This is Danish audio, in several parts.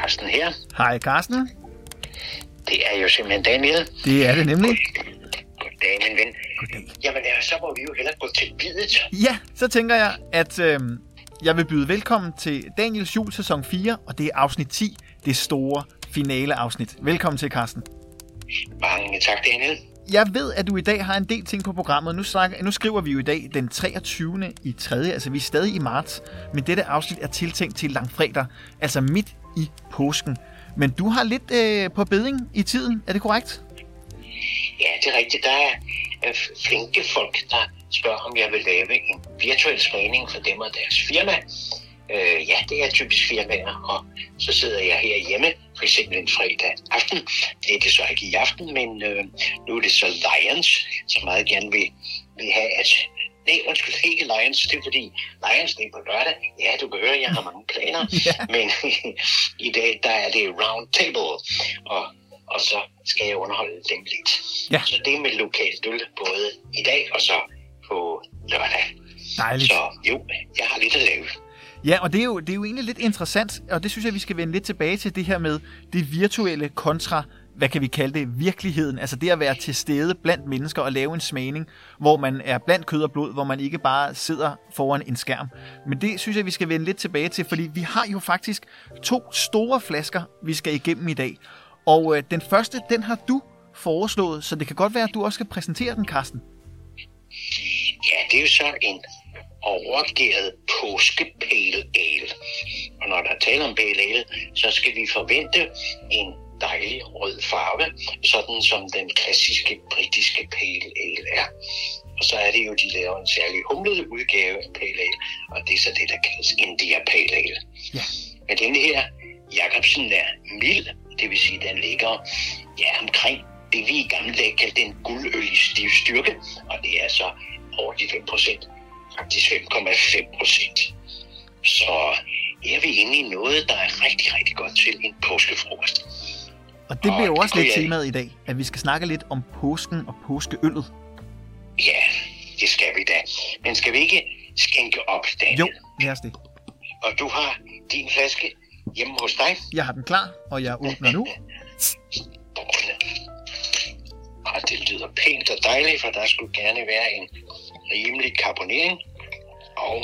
Carsten her. Hej Carsten. Det er jo simpelthen Daniel. Det er det nemlig. Goddag, min ven. Goddag. Jamen, så må vi jo hellere gå til biddet. Ja, så tænker jeg, at jeg vil byde velkommen til Daniels jul sæson 4, og det er afsnit 10, det store finaleafsnit. Velkommen til, Carsten. Mange tak, Daniel. Jeg ved, at du i dag har en del ting på programmet. Nu skriver vi jo i dag den 23. i 3. Altså, vi er stadig i marts, men dette afsnit er tiltænkt til langfredag, altså midt i påsken. Men du har lidt på beding i tiden, er det korrekt? Ja, det er rigtigt. Der er flinke folk, der spørger, om jeg vil lave en virtuel smagning for dem og deres firma. Ja, det er typisk firmaer, og så sidder jeg herhjemme, for eksempel en fredag aften. Det er det så ikke i aften, men nu er det så Lions, som meget gerne vil have, at... Nej, undskyld, ikke Lions, det er fordi Lions det er på lørdag. Ja, du kan høre, jeg har mange planer, men i dag, der er det round table, og så skal jeg underholde dem lidt. Ja. Så det er med lokalt øl, både i dag og så på lørdag. Dejligt. Så jo, jeg har lidt at lave. Ja, og det er jo egentlig lidt interessant, og det synes jeg, vi skal vende lidt tilbage til det her med det virtuelle kontra, hvad kan vi kalde det, virkeligheden. Altså det at være til stede blandt mennesker og lave en smagning, hvor man er blandt kød og blod, hvor man ikke bare sidder foran en skærm. Men det synes jeg, vi skal vende lidt tilbage til, fordi vi har jo faktisk 2 store flasker, vi skal igennem i dag. Og den første, den har du foreslået, så det kan godt være, at du også skal præsentere den, Carsten. Ja, det er jo så en overgæret påske-pale ale. Og når der er tale om pale ale, så skal vi forvente en dejlig rød farve, sådan som den klassiske britiske pale ale er. Og så er det jo, de laver en særlig humlet udgave af pale ale, og det er så det, der kaldes India Pale Ale. Ja. Men denne her, Jacobsen, er mild, det vil sige, den ligger omkring det, vi i gamle dage kaldte en guldøl i stiv styrke, og det er så over de 5%, faktisk 5,5%. Så her er vi inde i noget, der er rigtig, rigtig godt til en påskefrokost. Og det bliver jo også lidt temaet i dag, at vi skal snakke lidt om påsken og påskeøllet. Ja, det skal vi da. Men skal vi ikke skænke op, Daniel? Jo, lad os det. Og du har din flaske hjemme hos dig? Jeg har den klar, og jeg åbner nu. Og det lyder pænt og dejligt, for der skulle gerne være en rimelig karbonering. Og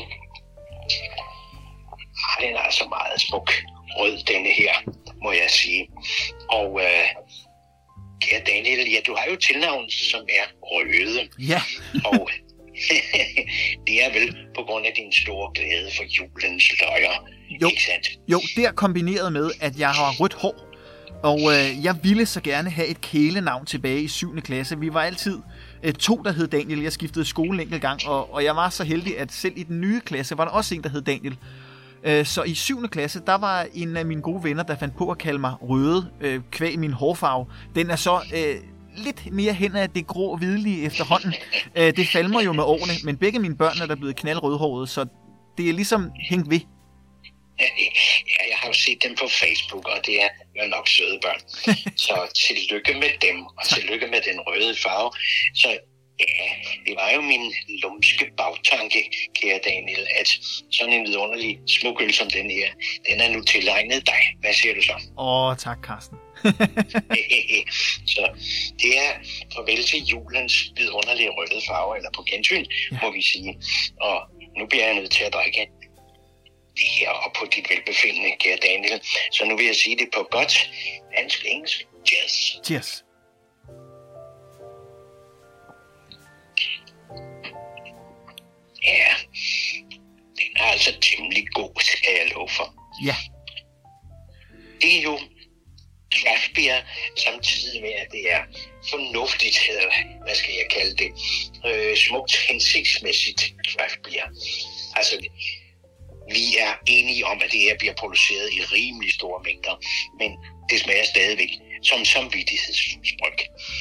den er altså meget smuk rød, denne her, må jeg sige. Og kære Daniel, ja, du har jo tilnavn, som er Røde. Ja. Og det er vel på grund af din store glæde for julens løjer, ikke sandt? Jo, det er kombineret med, at jeg har rødt hår. Og jeg ville så gerne have et kælenavn tilbage i 7. klasse. Vi var altid 2, der hed Daniel. Jeg skiftede skole en enkelt gang, og jeg var så heldig, at selv i den nye klasse var der også en, der hed Daniel. Så i 7. klasse, der var en af mine gode venner, der fandt på at kalde mig Røde, kvæg min hårfarve. Den er så lidt mere hen af det grå hvidlige efterhånden. Det falmer jo med årene, men begge mine børn er der blevet knaldrødhåret, så det er ligesom hængt ved. Ja, jeg har jo set dem på Facebook, og det er jo nok søde børn. Så tillykke med dem, og tillykke med den røde farve. Så ja, det var jo min lumske bagtanke, kære Daniel, at sådan en vidunderlig smuk øl som den her, den er nu tilegnet dig. Hvad siger du så? Tak, Carsten. Så det er farvel til julens vidunderlige røde farve, eller på gensyn, må vi sige. Og nu bliver jeg nødt til at drikke det her op på dit velbefindende, kære Daniel. Så nu vil jeg sige det på godt dansk-engelsk. Cheers. Cheers. Ja, den er altså temmelig god, skal jeg love for. Ja. Det er jo craft beer, samtidig med, at det er fornuftigt, hvad skal jeg kalde det, smukt hensigtsmæssigt craft beer. Altså, vi er enige om, at det her bliver produceret i rimelig store mængder, men det smager stadigvæk som samvittighedsspryg.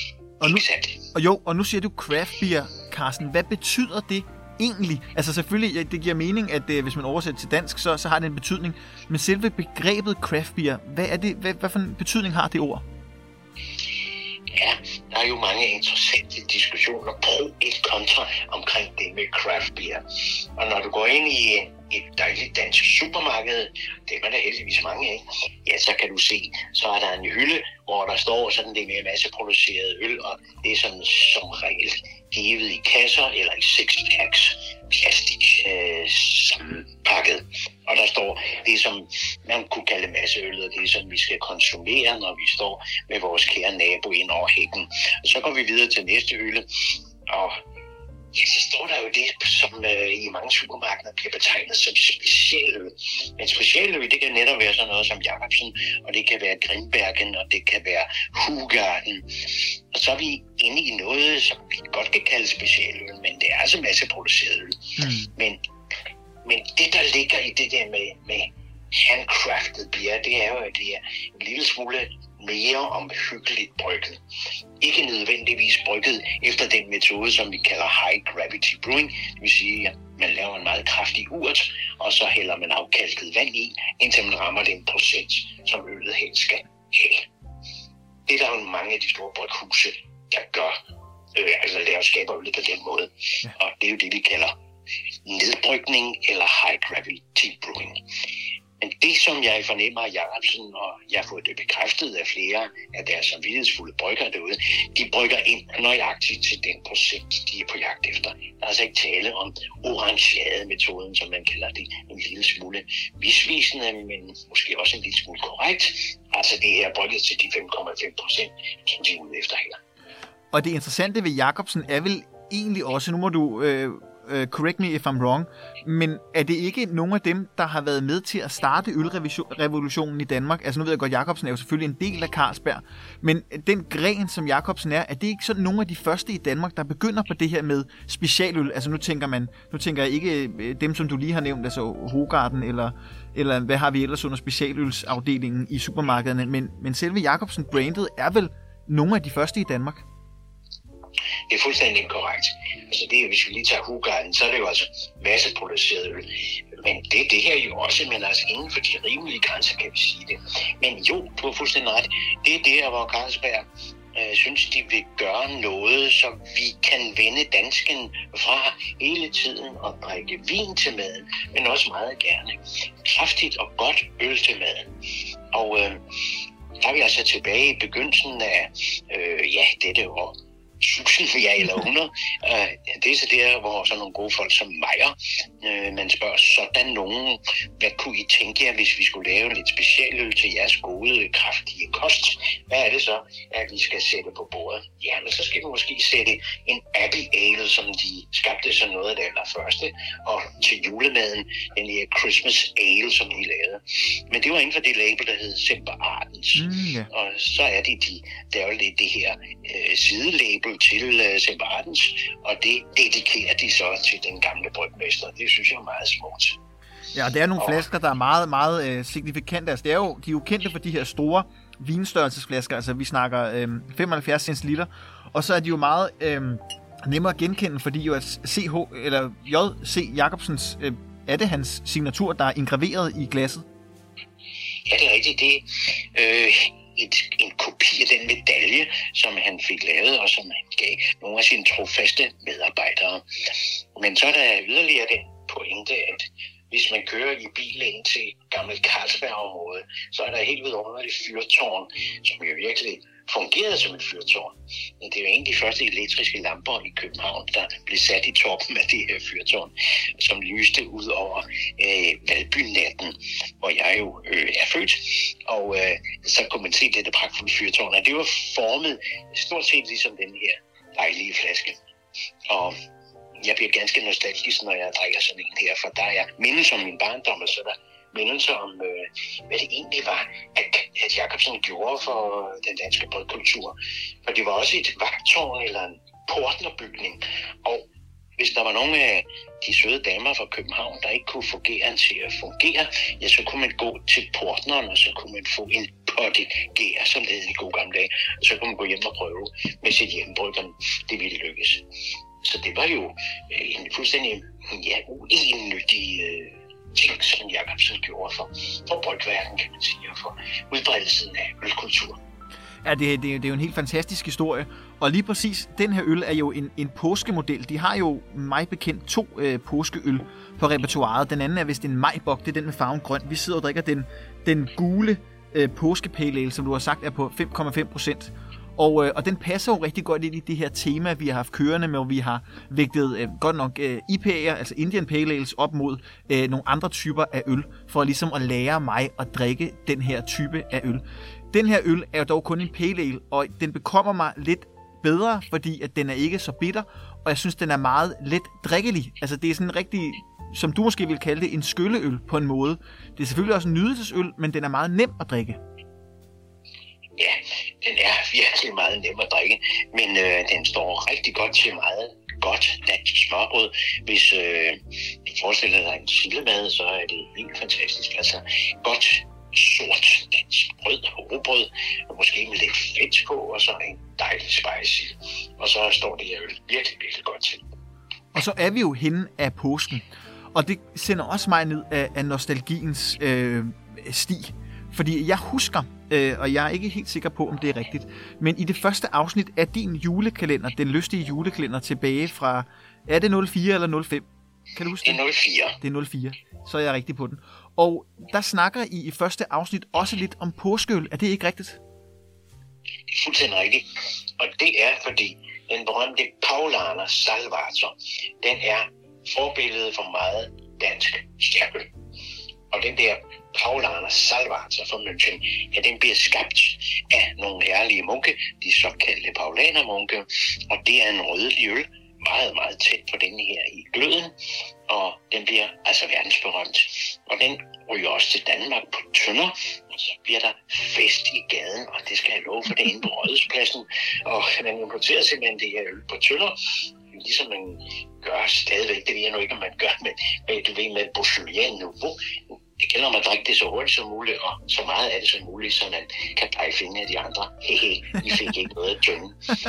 Og nu siger du craft beer, Carsten. Hvad betyder det egentlig? Altså selvfølgelig, det giver mening, at hvis man oversætter til dansk, så har det en betydning. Men selve begrebet craft beer, hvad er det? Hvad for en betydning har det ord? Ja, der er jo mange interessante diskussioner pro et kontra omkring det med craft beer. Og når du går ind i et dejligt dansk supermarked, det er der heldigvis mange af, ja, så kan du se, så er der en hylde, hvor der står sådan det med masseproduceret øl, og det er sådan som regel givet i kasser eller i sixpacks plastik sammenpakket. Og der står det, som man kunne kalde masseøl, og det er som vi skal konsumere, når vi står med vores kære nabo ind over hækken. Og så går vi videre til næste hylde, og ja, så står der jo det, som i mange supermarkeder bliver betegnet som specialøl. Men specialøl, det kan netop være sådan noget som Jacobsen, og det kan være Grimbergen, og det kan være Hugarden. Og så er vi inde i noget, som vi godt kan kalde specialøl, men det er altså masseproduceret øl. Men det, der ligger i det der med handcrafted beer, det er jo, at det er en lille smule mere omhyggeligt brygget. Ikke nødvendigvis brygget efter den metode, som vi kalder high gravity brewing. Det vil sige, at man laver en meget kraftig urt, og så hælder man afkalket vand i, indtil man rammer den procent, som øllet helst skal have. Det er der jo mange af de store bryghuse, der gør, altså laver skaber øllet på den måde. Ja. Og det er jo det, vi kalder nedbrygning eller high gravity brewing. Men det, som jeg fornemmer af Jacobsen, og jeg har fået det bekræftet af flere af deres samvittighedsfulde bryggere derude, de brygger ind nøjagtigt til den procent, de er på jagt efter. Der er altså ikke tale om orangeade-metoden, som man kalder det, en lille smule misvisende, men måske også en lille smule korrekt. Altså det her brygget til de 5,5%, som de er ude efter her. Og det interessante ved Jacobsen er vel egentlig også, nu må du correct me if I'm wrong, men er det ikke nogen af dem, der har været med til at starte ølrevolutionen i Danmark? Altså nu ved jeg godt, Jacobsen er jo selvfølgelig en del af Carlsberg, men den gren, som Jacobsen er det ikke sådan nogle af de første i Danmark, der begynder på det her med specialøl? Altså nu tænker jeg ikke dem, som du lige har nævnt, altså Hogarden eller hvad har vi ellers under specialølsafdelingen i supermarkederne, men selve Jacobsen-brandet er vel nogle af de første i Danmark? Det er fuldstændig korrekt. Altså det, hvis vi lige tager Hugarden, så er det jo altså masseproduceret øl. Men det her jo også, men altså inden for de rimelige grænser, kan vi sige det. Men jo, du har fuldstændig ret. Det er der, hvor Carlsberg synes, de vil gøre noget, så vi kan vende dansken fra hele tiden og drikke vin til maden, men også meget gerne kraftigt og godt øl til maden. Og der er vi altså tilbage i begyndelsen af dette år. 1000 eller 100. Det er så der, hvor sådan nogle gode folk som Meyer, man spørger sådan nogen, hvad kunne I tænke jer, hvis vi skulle lave lidt specialøl til jeres gode, kraftige kost? Hvad er det så, at vi skal sætte på bordet? Jamen, så skal vi måske sætte en Abbey Ale, som de skabte sådan noget af det allerførste, og til julemaden, den her Christmas Ale, som de lavede. Men det var inden for det label, der hed Semper Ardens. Og så er det der er jo lidt det her sidelabel til Semper Ardens, og det dedikerer de så til den gamle brygmester. Det synes jeg er meget smukt. Ja, der er nogle flasker, der er meget, meget signifikante. Altså, de er jo kendte for de her store vinstørrelsesflasker, altså vi snakker 75 centiliter, og så er de jo meget nemmere at genkende, fordi jo at J.C. Jacobsens, er det hans signatur, der er indgraveret i glasset? Ja, det er rigtigt. Det en kopi af den medalje, som han fik lavet, og som han gav nogle af sine trofaste medarbejdere. Men så er der yderligere den pointe, at hvis man kører i bil ind til gamle Carlsberg-område, så er der et helt vidunderligt fyrtårn, som jo virkelig fungerede som et fyrtårn. Men det er jo en af de første elektriske lamper i København, der blev sat i toppen af det her fyrtårn, som lyste ud over Valby-natten, hvor jeg jo er født. Og så kunne man se dette pragtfulde fyrtårn, og det var formet stort set ligesom den her dejlige flaske. Og jeg bliver ganske nostalgisk, når jeg drikker sådan en her, for der er mindelser om min barndom, og så der mindelser om, hvad det egentlig var, at Jacobsen gjorde for den danske brygkultur. For det var også et vagttårn eller en portnerbygning. Og hvis der var nogle af de søde damer fra København, der ikke kunne fungere til at fungere, ja, så kunne man gå til portneren, og så kunne man få en potte gær, som det hed i gode gamle dage. Og så kunne man gå hjem og prøve med sit hjemmebrygger. Det ville lykkes. Så det var jo en fuldstændig uennyttig ting, som Jacobsen gjorde for brygverdenen, kan man sige, og for udbredelsen af ølkultur. Ja, det er jo en helt fantastisk historie. Og lige præcis, den her øl er jo en påskemodel. De har jo mig bekendt 2 påskeøl på repertoiret. Den anden er vist en majbok, det er den med farven grøn. Vi sidder og drikker den gule påskepale ale, som du har sagt er på 5,5%. Og den passer jo rigtig godt ind i det her tema, vi har haft kørende med, hvor vi har vægtet godt nok IPA'er, altså Indian Pale Ales, op mod nogle andre typer af øl, for ligesom at lære mig at drikke den her type af øl. Den her øl er jo dog kun en Pale Ale, og den bekommer mig lidt bedre, fordi at den er ikke så bitter, og jeg synes, den er meget let drikkelig. Altså det er sådan en rigtig, som du måske vil kalde det, en skylleøl på en måde. Det er selvfølgelig også en nydelsesøl, men den er meget nem at drikke. Ja, den er virkelig meget nem at drikke, men den står rigtig godt til meget godt dansk smørbrød. Hvis du forestiller dig en sillemad, så er det helt fantastisk. Altså godt sort dansk brød, rugbrød, og måske med lidt fedt på, og så en dejlig spicy. Og så står det her øl virkelig, virkelig godt til. Og så er vi jo henne af påsken, og det sender også mig ned af nostalgiens sti. Fordi jeg husker, og jeg er ikke helt sikker på, om det er rigtigt, men i det første afsnit af din julekalender, den lystige julekalender tilbage fra, er det 04 eller 05? Kan du huske det? Det er 04. Det er 04, så er jeg rigtig på den. Og der snakker I første afsnit også lidt om påskeøl. Er det ikke rigtigt? Det er fuldstændig rigtigt. Og det er, fordi den berømte Paulaner Salvator, den er forbilledet for meget dansk stærkøl. Og den der Paulaner Salvator fra München, ja, den bliver skabt af nogle herlige munke, de såkaldte paulanermunke, og det er en rødlig øl, meget, meget tæt på den her i gløden, og den bliver altså verdensberømt. Og den ryger også til Danmark på tønder, og så bliver der fest i gaden, og det skal jeg love for det inde på Rådhuspladsen, og man importerer simpelthen det her øl på tønder, ligesom man gør stadigvæk, det ved jeg nu ikke, om man gør med Beaujolais Nouveau. Det gælder om at drikke det så hurtigt som muligt, og så meget af det som muligt, så man kan pege fingre af de andre. Hehe, I fik ikke noget at tømme.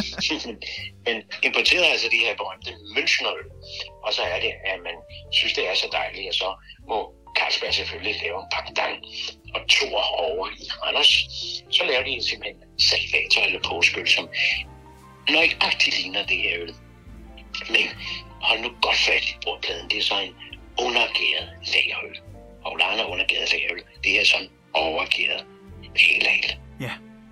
Men importerer altså de her berømte Münchnerøl, og så er det, at man synes, det er så dejligt, og så må Carlsberg selvfølgelig lave en pangdang og Thor over i Randers. Så laver de simpelthen salvator eller påskeøl, som nøjagtigt ligner det her øl. Men hold nu godt fat i bordpladen, det er så en undergæret lagerøl. Og Lana undergæret lagerøl, det er sådan overgæret pale ale. Ja.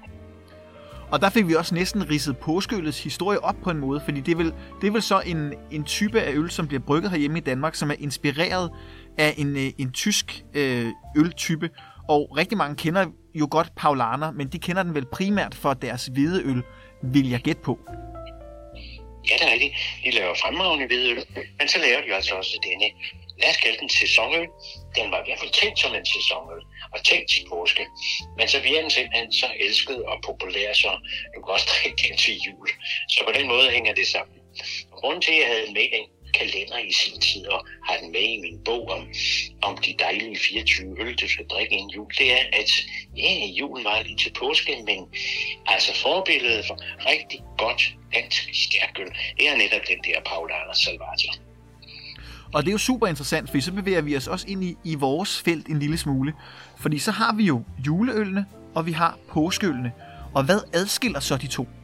Og der fik vi også næsten ridset påskeølets historie op på en måde, fordi det er vel så en type af øl, som bliver brygget herhjemme i Danmark, som er inspireret af en tysk øltype. Og rigtig mange kender jo godt Paulaner, men de kender den vel primært for deres hvedeøl, vil jeg gætte på. Ja, det er rigtigt. De laver fremragende hvedeøl, men så laver de altså også denne, lad os kalde den sæsonøl. Den var i hvert fald tænkt som en sæsonøl, og tænkt til påske. Men så bliver den simpelthen så elsket og populær, så du kan også drikke den til jul. Så på den måde hænger det sammen. Grunden til, at jeg havde med den kalender i sin tid, og har den med i min bog om de dejlige 24 øl, du skal drikke en jul, det er, at ja, julen var lige til påske, men altså forbilledet for rigtig godt dansk stærkøl, det er netop den der Paulaner Salvator. Og det er jo super interessant, for så bevæger vi os også ind i vores felt en lille smule. Fordi så har vi jo juleølene, og vi har påskeølene. Og hvad adskiller så de to?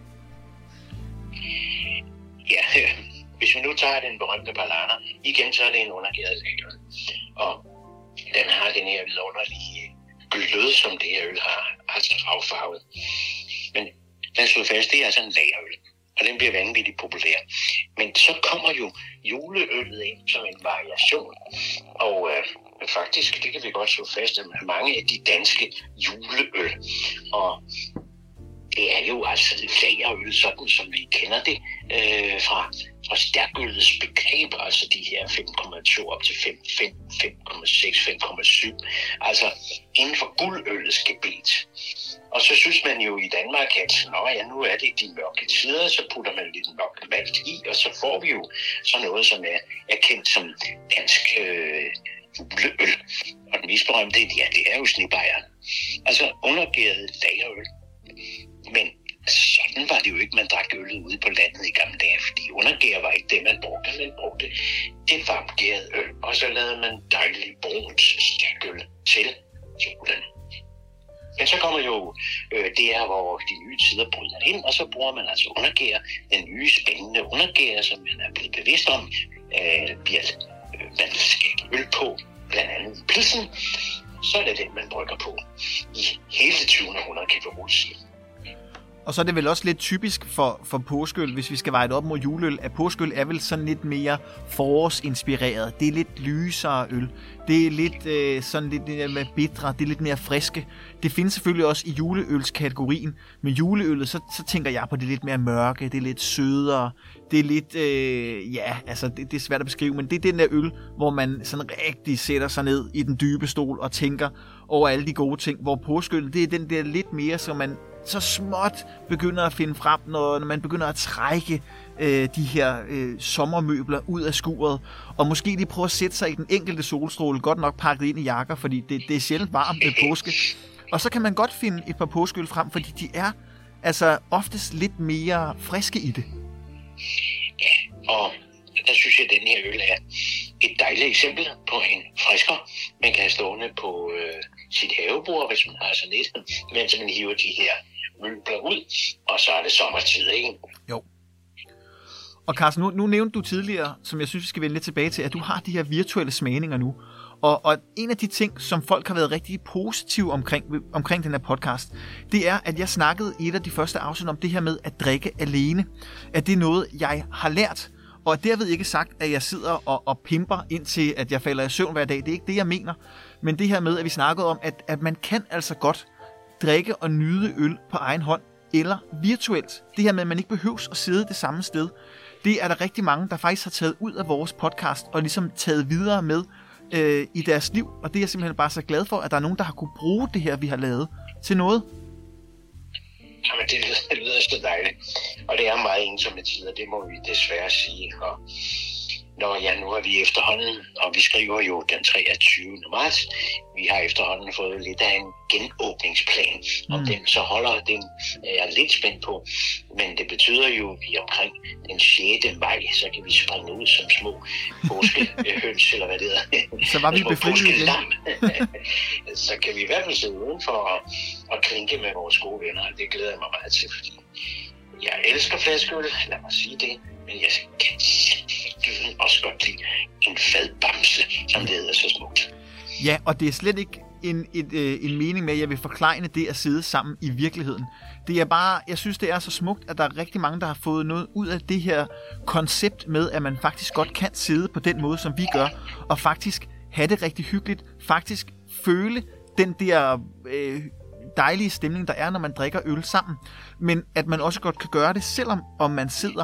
Ja, hvis vi nu tager den berømte Paulaner, igen så er det en undergæret lagerøl. Og den har den her vidunderlige glød, som det her øl har, altså affarvet. Men den slår fast, det er altså en lagerøl. Og den bliver vanvittigt populær. Men så kommer jo juleøllet ind som en variation. Og faktisk, det kan vi godt slå fast, at mange af de danske juleøl, og det er jo altså lagerøl, sådan som vi kender det fra stærkøllets begreb, altså de her 5,2 op til 5,5, 5,6, 5,7, altså inden for guldøllets gebet. Og så synes man jo i Danmark, at nu er det de mørke tider, så putter man lidt mørke malt i, og så får vi jo sådan noget, som er kendt som dansk juleøl. Og den mest berømte, ja, det er jo snebajeren. Altså undergæret lagerøl. Men sådan var det jo ikke, man drak øllet ude på landet i gamle dage, fordi undergær var ikke det, man brugte det varmgæret øl, og så lavede man dejlig brunt stærkøl til julen. Men så kommer jo det her, hvor de nye tider bryder ind, og så bruger man altså undergær, den nye spændende undergær, som man er blevet bevidst om, bliver man skægt øl på, blandt andet pilsen. Så er det den, man brygger på i hele det 20. århundrede, kan vi roligt sige. Og så er det vel også lidt typisk for påskeøl, hvis vi skal veje det op mod juleøl, at påskeøl er vel sådan lidt mere forårsinspireret. Det er lidt lysere øl. Det er lidt sådan lidt mere bitre, det er lidt mere friske. Det findes selvfølgelig også i juleølskategorien. Men juleøllet, så tænker jeg på det lidt mere mørke, det er lidt sødere. Det er lidt, det er svært at beskrive, men det er den der øl, hvor man sådan rigtig sætter sig ned i den dybe stol og tænker over alle de gode ting. Hvor påskeøl, det er den der lidt mere, som man så småt begynder at finde frem, når man begynder at trække de her sommermøbler ud af skuret, og måske lige prøve at sætte sig i den enkelte solstråle, godt nok pakket ind i jakker, fordi det er sjældent varmt påske. Og så kan man godt finde et par påskeøl frem, fordi de er altså oftest lidt mere friske i det. Ja, og der synes jeg, at den her øl er et dejligt eksempel på en frisker, man kan have stående på sit havebord, hvis man har sådan et, mens man hiver de her møbler ud, og så er det sommertid, ikke? Jo. Og Carsten, nu nævnte du tidligere, som jeg synes, vi skal vende lidt tilbage til, at du har de her virtuelle smagninger nu. Og en af de ting, som folk har været rigtig positive omkring den her podcast, det er, at jeg snakkede i et af de første afsnit om det her med at drikke alene. At det er noget, jeg har lært. Og derved ikke sagt, at jeg sidder og pimper indtil, at jeg falder i søvn hver dag. Det er ikke det, jeg mener. Men det her med, at vi snakkede om, at man kan altså godt drikke og nyde øl på egen hånd, eller virtuelt. Det her med, at man ikke behøves at sidde det samme sted. Det er der rigtig mange, der faktisk har taget ud af vores podcast, og ligesom taget videre med i deres liv. Og det er jeg simpelthen bare så glad for, at der er nogen, der har kunne bruge det her, vi har lavet, til noget. Jamen, det lyder så dejligt. Og det er meget ensomme tider, det må vi desværre sige. Og nu har vi efterhånden, og vi skriver jo den 23. marts, vi har efterhånden fået lidt af en genåbningsplan. Om den så holder, den er jeg lidt spændt på. Men det betyder jo, at vi omkring den 6. maj, så kan vi springe ud som små påskehøns, eller hvad det hedder. Så var vi befriet igen. Så kan vi i hvert fald sidde udenfor og klinke med vores gode venner. Det glæder jeg mig meget til, fordi jeg elsker flaskeøl, lad mig sige det. Men jeg kan også godt lide en fadbamse, som det hedder så smukt. Ja, og det er slet ikke en mening med, at jeg vil forklejne det at sidde sammen i virkeligheden. Det er bare, jeg synes, det er så smukt, at der er rigtig mange, der har fået noget ud af det her koncept med, at man faktisk godt kan sidde på den måde, som vi gør, og faktisk have det rigtig hyggeligt, faktisk føle den der dejlige stemning, der er, når man drikker øl sammen, men at man også godt kan gøre det, selvom om man sidder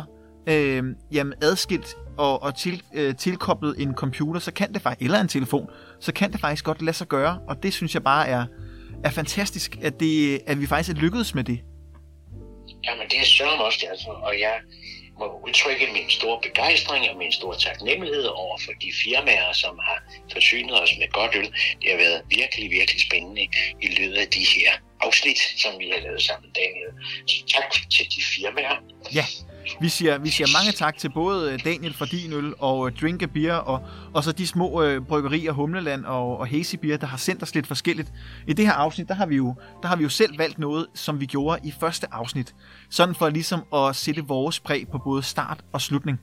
adskilt og tilkoblet en computer, så kan det faktisk, eller en telefon, så kan det faktisk godt lade sig gøre, og det synes jeg bare er fantastisk, at vi faktisk er lykkedes med det. Jamen, det er sørme også, altså, og jeg må udtrykke min store begejstring og min store taknemmelighed over for de firmaer, som har forsynet os med godt øl. Det har været virkelig, virkelig spændende i løbet af de her afsnit, som vi har lavet sammen, Daniel. Så tak til de firmaer. Ja. Vi siger mange tak til både Daniel fra Din Øl og Drink a Beer og så de små bryggerier Humleland og Hazy Beer, der har sendt os lidt forskelligt. I det her afsnit, der har vi jo selv valgt noget, som vi gjorde i første afsnit. Sådan for ligesom at sætte vores præg på både start og slutning.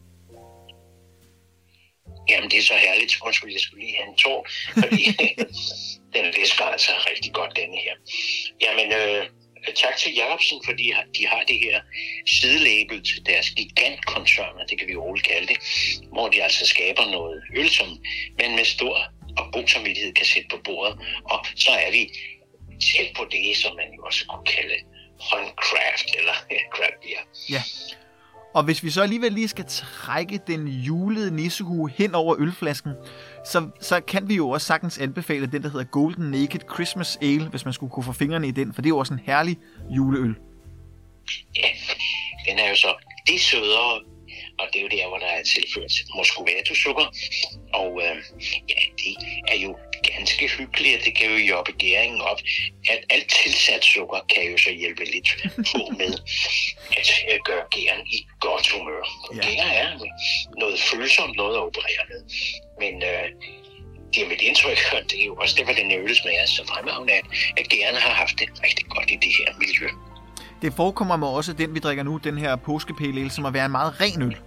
Jamen, det er så herligt. Undskyld, jeg skulle lige have en tår, fordi den læsker altså rigtig godt, denne her. Jamen, tak til Jacobsen, fordi de har det her sidelabel til deres gigantkoncerner, det kan vi roligt kalde det, hvor de altså skaber noget øl, som man med stor og god samvittighed kan sætte på bordet. Og så er vi tæt på det, som man jo også kunne kalde håndcraft eller craft beer. Ja. Og hvis vi så alligevel lige skal trække den julede nissehue hen over ølflasken, så kan vi jo også sagtens anbefale den, der hedder Golden Naked Christmas Ale, hvis man skulle kunne få fingrene i den, for det er jo også en herlig juleøl. Ja, den er jo så det sødere, og det er jo der, hvor der er tilført muscovado-sukker, og det er jo ganske hyggeligt, og det kan jo jobbe gæringen op. Alt tilsat sukker kan jo så hjælpe lidt på med at gøre gæren i godt humør. Ja. Gæren er noget følsomt, noget at operere med, men det er mit indtryk, og det er jo også det, hvad den øl smager så fremragende, at gærerne har haft det rigtig godt i det her miljø. Det forekommer mig også, den vi drikker nu, den her påskepale ale, som at være en meget ren øl.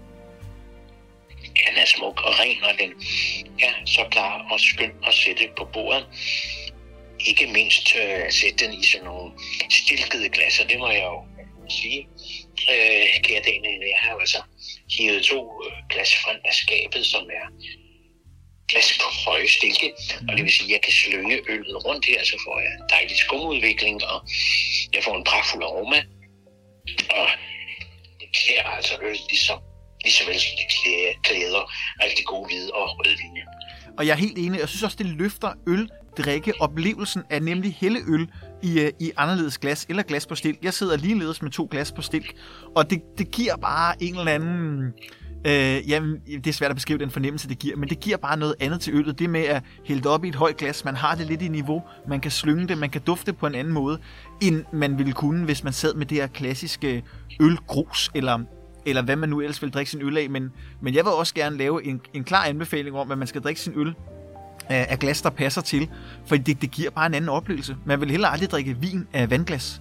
Ja, den er smuk og ren, og den er så klar og skøn at sætte på bordet. Ikke mindst at sætte den i sådan nogle stilkede glas, og det må jeg jo sige. Kære Daniel, jeg har altså hivet 2 glas frem af skabet, som er glas på høje stilke, og det vil sige, at jeg kan slynge øllet rundt her, så får jeg en dejlig skumudvikling, og jeg får en pragtfuld aroma, og det klæder altså øl lige så vel som det klæder rigtig gode hvide og rødvine. Og jeg er helt enig, jeg synes også, det løfter drikkeoplevelsen af nemlig helleøl i anderledes glas, eller glas på stilk. Jeg sidder ligeledes med 2 glas på stilk, og det giver bare en eller anden... jamen, det er svært at beskrive den fornemmelse, det giver, men det giver bare noget andet til øllet. Det med at hælde det op i et højt glas, man har det lidt i niveau, man kan slynge det, man kan dufte på en anden måde, end man ville kunne, hvis man sad med det her klassiske ølgrus, eller hvad man nu ellers vil drikke sin øl af. Men jeg vil også gerne lave en klar anbefaling om, at man skal drikke sin øl af glas, der passer til, for det giver bare en anden oplevelse. Man vil heller aldrig drikke vin af vandglas.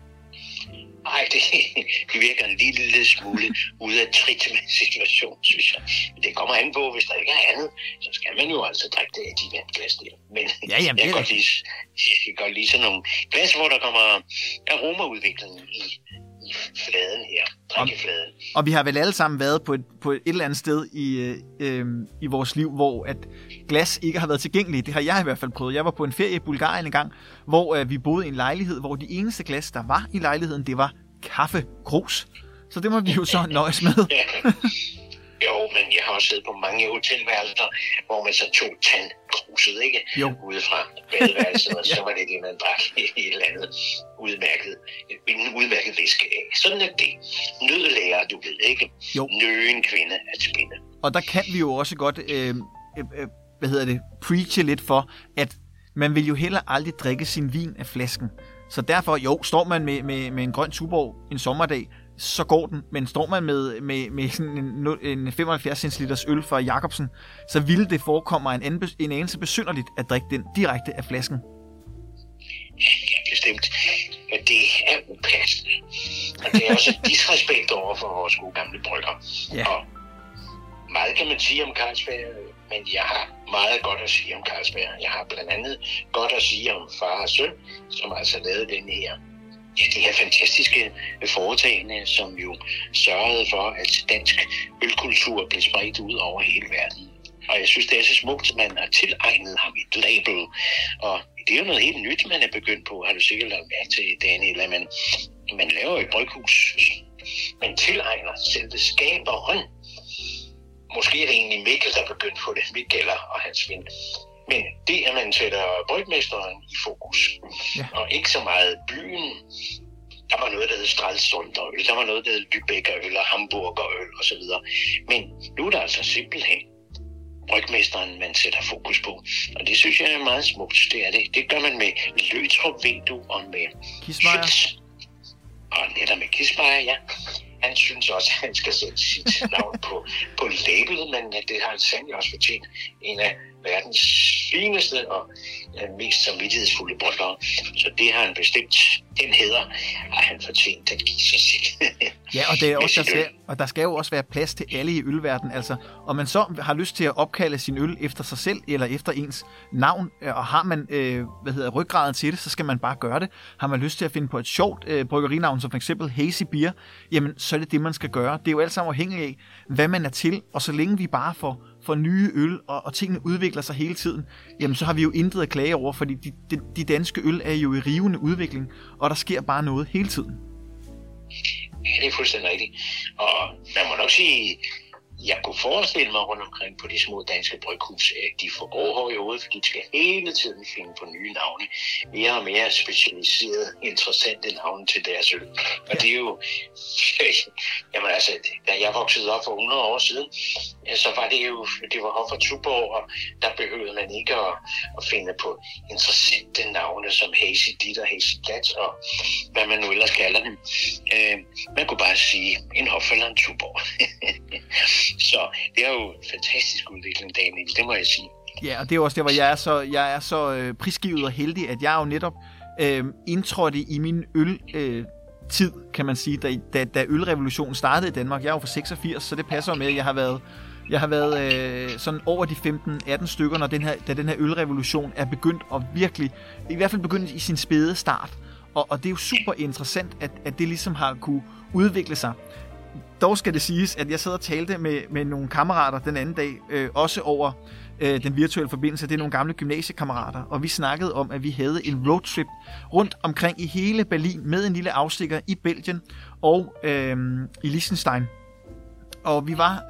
Nej, det virker en lille smule ude af trit med situation, synes jeg. Men det kommer an på, hvis der ikke er andet, så skal man jo altså drikke det af de vandglas der. Men ja, jamen, jeg kan godt lide sådan nogle glas, hvor der kommer aromaudvikling i fladen her, drikkefladen. Og vi har vel alle sammen været på et eller andet sted i vores liv, hvor at glas ikke har været tilgængeligt. Det har jeg i hvert fald prøvet. Jeg var på en ferie i Bulgarien en gang, hvor vi boede i en lejlighed, hvor de eneste glas, der var i lejligheden, det var kaffegrus. Så det må vi jo så nøjes med. Jo, men jeg har også siddet på mange hotelværelser, hvor man så tog tandkruset, ikke? Jo. Ude fra badeværelset, og så var det det, man drak i et eller andet udmærket væske af. Sådan er det. Nødlærer, du ved ikke. Jo. Nøgen kvinde at spinde. Og der kan vi jo også godt, preache lidt for, at man vil jo heller aldrig drikke sin vin af flasken. Så derfor, jo, står man med en grøn Tuborg en sommerdag, så går den. Men står man med sådan en 75 centiliters øl fra Jacobsen, så ville det forekomme en anelse besynderligt at drikke den direkte af flasken. Ja, bestemt. Men det er upassende. Og det er også et disrespekt over for vores gode gamle brygger. Ja. Og meget kan man sige om Carlsberg, men jeg har meget godt at sige om Carlsberg. Jeg har blandt andet godt at sige om far og søn, som altså lavede den her. Ja, det her fantastiske foretagende, som jo sørgede for, at dansk ølkultur blev spredt ud over hele verden. Og jeg synes, det er så smukt, at man har tilegnet ham et label. Og det er jo noget helt nyt, man er begyndt på, har du sikkert lagt mærke til, Daniel, at man laver et bryghus. Man tilegner selve skaberen. Måske er det egentlig Mikkel, der begyndte på det, Mikkel og hans ven. Men det, at man sætter brygmesteren i fokus, ja. Og ikke så meget byen. Der var noget, der hed Stralsundøl, der var noget, der hed Lübeckerøl og Hamburgerøl osv. Men nu er der altså simpelthen brygmesteren, man sætter fokus på. Og det synes jeg er meget smukt. Det er det. Det gør man med Løtrup Vindue og med Schütz. Og netop med Kismeier, ja. Han synes også, at han skal sætte sit navn på labelet, men det har han sandelig også fortjent. En af verdens fineste og mest samvittighedsfulde bryggere. Så det har han bestemt. Den hæder har han fortjent at give sig selv. Ja, og, det er også, der skal jo også være plads til alle i ølverdenen. Altså, om man så har lyst til at opkalde sin øl efter sig selv eller efter ens navn, og har man ryggraden til det, så skal man bare gøre det. Har man lyst til at finde på et sjovt bryggerinavn, som for eksempel Hazy Beer, jamen så er det det, man skal gøre. Det er jo alt sammen afhængigt af, hvad man er til, og så længe vi bare får nye øl, og tingene udvikler sig hele tiden, jamen så har vi jo intet at klage over, fordi de danske øl er jo i rivende udvikling, og der sker bare noget hele tiden. Ja, det er fuldstændig rigtigt. Og man må nok sige, jeg kunne forestille mig rundt omkring på de små danske bryghus, at de får grå hår i hovedet, fordi de skal hele tiden finde på nye navne. Mere og mere specialiserede, interessante navne til deres øl. Og det er jo... Jamen altså, da jeg voksede op for 100 år siden, så var det var Hoff og Tuborg, og der behøvede man ikke at finde på interessante navne som Hazy Dit og Hazy Dat, og hvad man nu ellers kalder dem. Man kunne bare sige en Hoff eller en Tuborg. Så det er jo en fantastisk udvikling, Daniel, det må jeg sige. Ja, og det er også der, hvor jeg er så prisgivet og heldig, at jeg jo netop indtrådte i min tid, kan man sige, da ølrevolutionen startede i Danmark. Jeg er jo fra 86, så det passer med, at jeg har været sådan over de 15-18 stykker, da den her ølrevolution er begyndt at virkelig, i hvert fald begyndt i sin spæde start. Og det er jo super interessant, at det ligesom har kunne udvikle sig. Dog skal det siges, at jeg sad og talte med nogle kammerater den anden dag, også over den virtuelle forbindelse. Det er nogle gamle gymnasiekammerater, og vi snakkede om, at vi havde en roadtrip rundt omkring i hele Berlin med en lille afstikker i Belgien og i Liechtenstein. Og vi var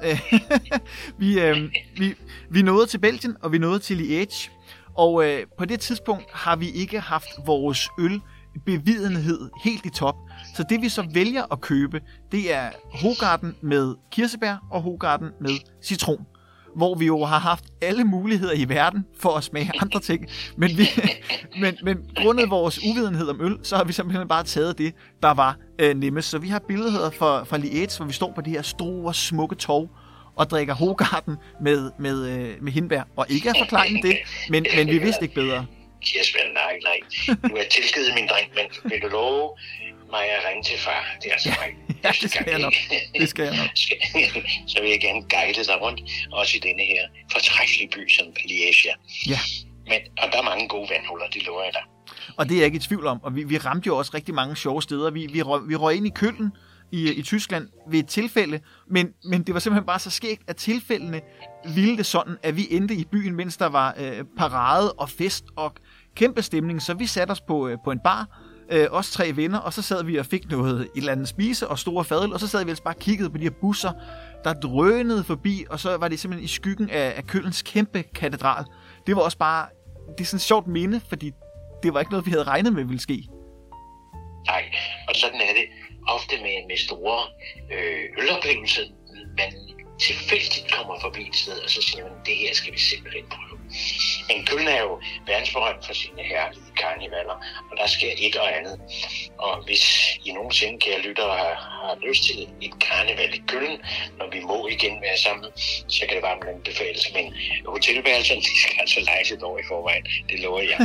vi nåede til Belgien, og vi nåede til Liège. Og på det tidspunkt har vi ikke haft vores ølbevidenhed helt i top. Så det vi så vælger at købe, det er Hoegaarden med kirsebær og Hoegaarden med citron. Hvor vi jo har haft alle muligheder i verden for at smage andre ting. Men grundet vores uvidenhed om øl, så har vi simpelthen bare taget det, der var nemmest. Så vi har billeder fra Liège, hvor vi står på det her store, smukke torv og drikker Hoegaarden med hindbær. Og ikke er forklaringen det, men vi vidste ikke bedre. Kirsebær, nej. Du har tilgivet min dreng, men vil du love mig at ringe til far? Det er altså mig. Ja, det skal jeg nok. Så vil jeg gerne guide dig rundt, også i denne her fortræffelige by, som Liège. Ja. Og der er mange gode vandhuller, det lover jeg dig. Og det er jeg ikke i tvivl om. Og vi ramte jo også rigtig mange sjove steder. Vi røg ind i Köln i Tyskland ved et tilfælde, men det var simpelthen bare så skægt, at tilfældene ville det sådan, at vi endte i byen, mens der var parade og fest og kæmpe stemning. Så vi satte os på en bar, os 3 venner, og så sad vi og fik et eller andet spise og store fadøl, og så sad vi ellers bare og kiggede på de her busser, der drønede forbi, og så var det simpelthen i skyggen af Kölns kæmpe katedral. Det var også bare, det er sådan et sjovt minde, fordi det var ikke noget, vi havde regnet med ville ske. Nej, og sådan er det ofte med store øloplevelser. Man tilfældigt kommer forbi et sted, og så siger man, det her skal vi simpelthen prøve. Men Köln er jo verdensberømt for sine herlige karnevaler, og der sker et og andet. Og hvis I nogensinde, kære lyttere, har lyst til et karneval i Köln, når vi må igen være sammen, så kan det varmt anbefales. Men hotelværelserne, de skal altså lejes et år i forvejen. Det lover jeg.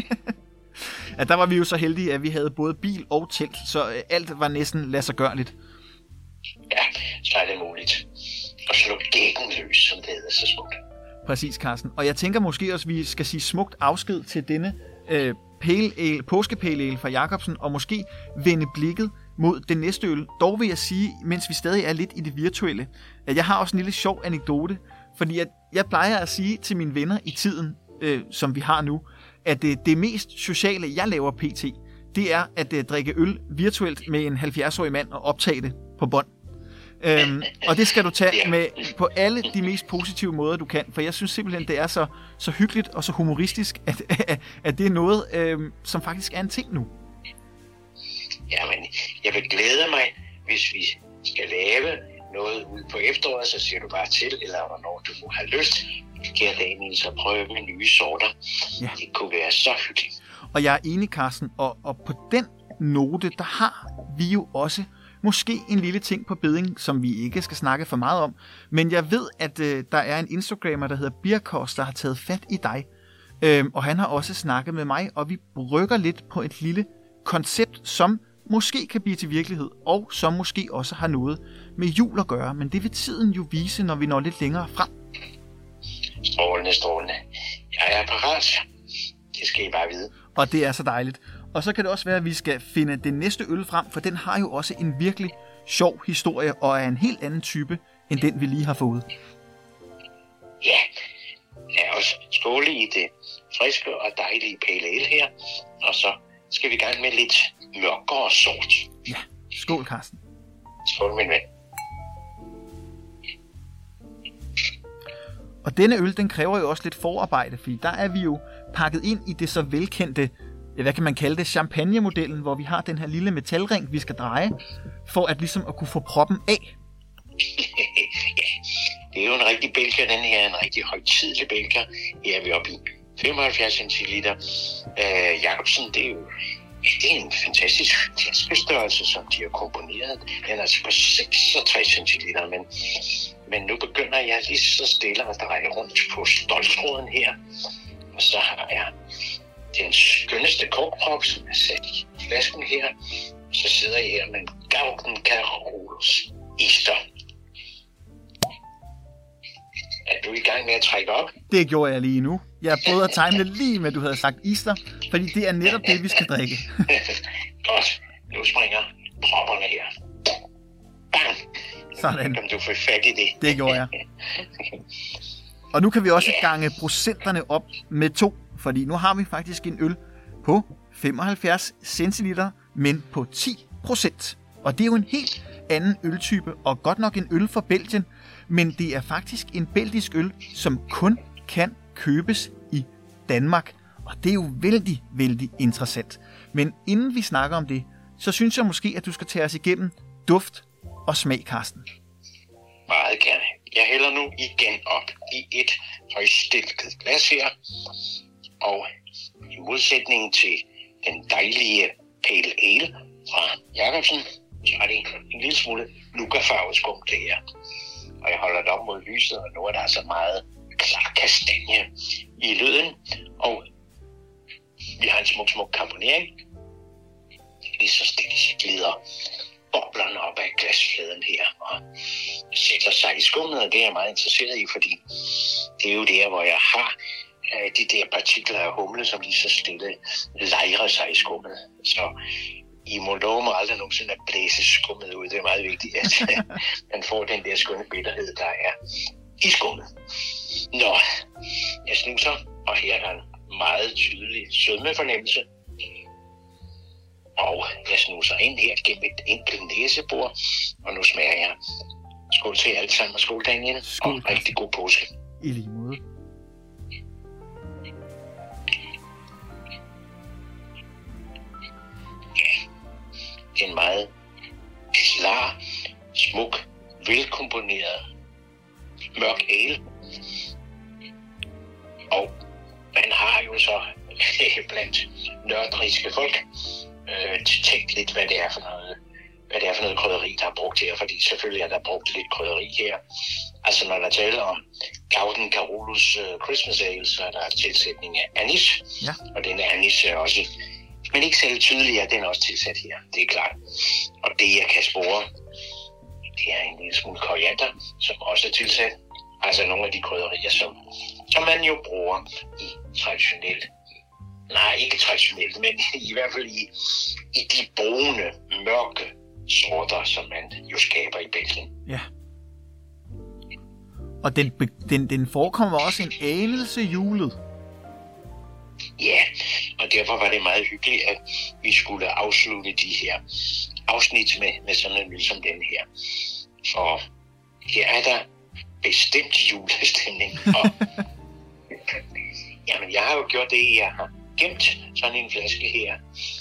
Ja, der var vi jo så heldige, at vi havde både bil og telt, så alt var næsten ladsiggørligt. Ja, så er det muligt. Og slå gækken løs, som det hedder så smukt. Præcis, Carsten. Og jeg tænker måske også, at vi skal sige smukt afsked til denne påskepale ale fra Jacobsen, og måske vende blikket mod den næste øl. Dog vil jeg sige, mens vi stadig er lidt i det virtuelle, at jeg har også en lille sjov anekdote, fordi jeg plejer at sige til mine venner i tiden, som vi har nu, at det mest sociale, jeg laver pt., det er at drikke øl virtuelt med en 70-årig mand og optage det på bånd. Og det skal du tage med på alle de mest positive måder, du kan, for jeg synes simpelthen, det er så hyggeligt og så humoristisk, at det er noget, som faktisk er en ting nu. Jamen, jeg vil glæde mig, hvis vi skal lave noget ude på efteråret, så siger du bare til, eller hvornår du har lyst, kære Daniel, så prøve med nye sorter. Ja. Det kunne være så hyggeligt. Og jeg er enig, Carsten, og på den note, der har vi jo også måske en lille ting på bedding, som vi ikke skal snakke for meget om, men jeg ved, at der er en Instagrammer, der hedder Birkos, der har taget fat i dig, og han har også snakket med mig, og vi brygger lidt på et lille koncept, som måske kan blive til virkelighed, og som måske også har noget med jul at gøre, men det vil tiden jo vise, når vi når lidt længere frem. Strålende. Jeg er parat. Det skal I bare vide. Og det er så dejligt. Og så kan det også være, at vi skal finde den næste øl frem, for den har jo også en virkelig sjov historie, og er en helt anden type, end den vi lige har fået. Ja, lad os skåle i det friske og dejlige pale ale her, og så skal vi i gang med lidt mørkere sort. Ja, skål, Carsten. Skål, min ven. Og denne øl, den kræver jo også lidt forarbejde, fordi der er vi jo pakket ind i det så velkendte, hvad kan man kalde det, champagne-modellen, hvor vi har den her lille metalring, vi skal dreje, for at ligesom at kunne få proppen af. Ja, det er jo en rigtig bælger, den her, en rigtig højtidelig bælger. Her er vi oppe i 75 centiliter. Jacobsen, det er jo det er en fantastisk flaskestørrelse, som de har komponeret. Den er altså på 66 centiliter, men Men nu begynder jeg lige så stille at dreje rundt på stoltråden her. Og så har jeg den skønneste korkprop, som er sat i flasken her. Og så sidder jeg her med en Gauden Carolus Easter. Er du i gang med at trække op? Det gjorde jeg lige nu. Jeg prøvede at time det lige med, at du havde sagt Easter, fordi det er netop det, vi skal drikke. Godt. Nu springer propperne her. Bang! Sådan. Kom du få fat i det. Det gjorde jeg. Og nu kan vi også gange procenterne op med 2, fordi nu har vi faktisk en øl på 75 centiliter, men på 10%. Og det er jo en helt anden øltype, og godt nok en øl fra Belgien, men det er faktisk en belgisk øl, som kun kan købes i Danmark. Og det er jo vældig, vældig interessant. Men inden vi snakker om det, så synes jeg måske, at du skal tage os igennem duft og smag, Carsten. Meget gerne. Jeg hælder nu igen op i et højstilket glas her. Og i modsætning til den dejlige Pale Ale fra Jacobsen, så er det en lille smule nukafarvet skum det her. Og jeg holder det op mod lyset, og nu er der altså meget klar kastanje i lyden. Og vi har en smuk kamponering. Lige så stille glider boblerne op af glasfladen her og sætter sig i skummet, og det er jeg meget interesseret i, fordi det er jo der, hvor jeg har de der partikler af humle, som lige så stille lejrer sig i skummet. Så I må love mig aldrig nogensinde at blæse skummet ud. Det er meget vigtigt, at man får den der skønne bitterhed, der er i skummet. Nå, jeg snuser, og her er en meget tydelig sødmefornemmelse. Og jeg snuser ind her gennem et enkelt næsebor, og nu smager jeg. Skål til alle sammen, skål Daniel, og rigtig god påske. I lige måde. Ja, det er en meget klar, smuk, velkomponeret, mørk ale. Og man har jo så blandt nørdriske folk tænkt lidt, hvad det er for noget krydderi, der er brugt her, fordi selvfølgelig er der brugt lidt krydderi her. Altså når der taler om Gauden Carolus Christmas Ale, så er der tilsætning af anis, ja. Og den anis er også, men ikke særlig tydelig, at den er også tilsat her, det er klart. Og det jeg kan spore, det er en lille smule koriander, som også er tilsat. Altså nogle af de krydderier, som man jo bruger i traditionelt. Nej, ikke traditionelt, men i hvert fald i de brune, mørke sorter, som man jo skaber i Belgien. Ja. Og den forekommer også en anelse julet. Ja, og derfor var det meget hyggeligt, at vi skulle afslutte de her afsnit med sådan en øl som den her. For her er der bestemt julestemning. Og jamen, jeg har jo gjort det, jeg har gemt sådan en flaske her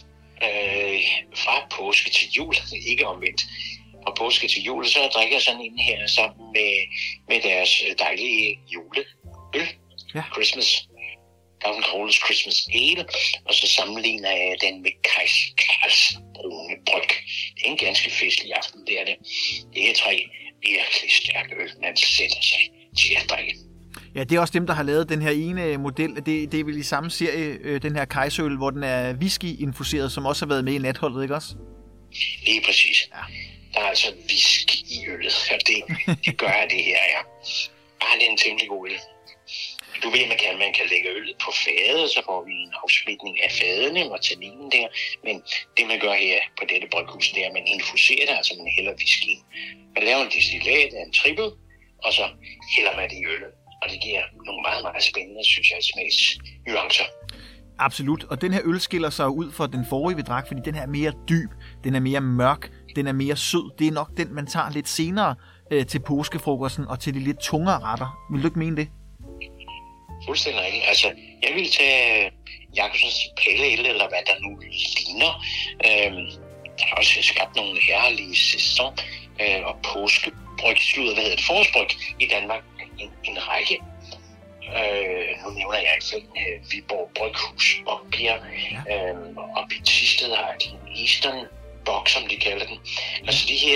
fra påske til jul, ikke omvendt. Fra påske til jul, så drikker jeg sådan en her sammen med deres dejlige juleøl. Ja. Christmas. Gauden Carolus Christmas Ale, og så sammenligner jeg den med Karls brune bryg. Det er en ganske festlig aften, det er det. Det er 3 virkelig stærke øl, man sætter sig til at drikke. Ja, det er også dem, der har lavet den her ene model. Det er vel i samme serie, den her kajsøl, hvor den er whisky-infuseret, som også har været med i natholdet, ikke også? Lige præcis. Ja. Der er altså whisky i øllet, og det gør det her, ja. Det er en temmelig god øl. Du ved, man kan lægge øllet på fadet, så får vi en afsplitning af fadene og tanninen der. Men det, man gør her på dette bryghus, det er, at man infuserer det, altså man hælder whisky. Man laver en destillat af en trippel, og så hælder man det i øllet. Og det giver nogle meget, meget spændende, synes jeg, smagsnuancer. Absolut, og den her øl skiller sig ud fra den forrige, vi drak, fordi den her er mere dyb, den er mere mørk, den er mere sød. Det er nok den, man tager lidt senere til påskefrokosten og til de lidt tungere retter. Vil du ikke mene det? Fuldstændig rigtigt. Altså, jeg vil tage Jacobsens Pale Ale, eller hvad der nu ligner. Der har også skabt nogle herlige sæson og påskebryg, forårsbryg i Danmark. En række. Nu nævner jeg i fælden Viborg Bryghus og Bier. Og i Tisted har de en Eastern Box, som de kalder den. Altså de her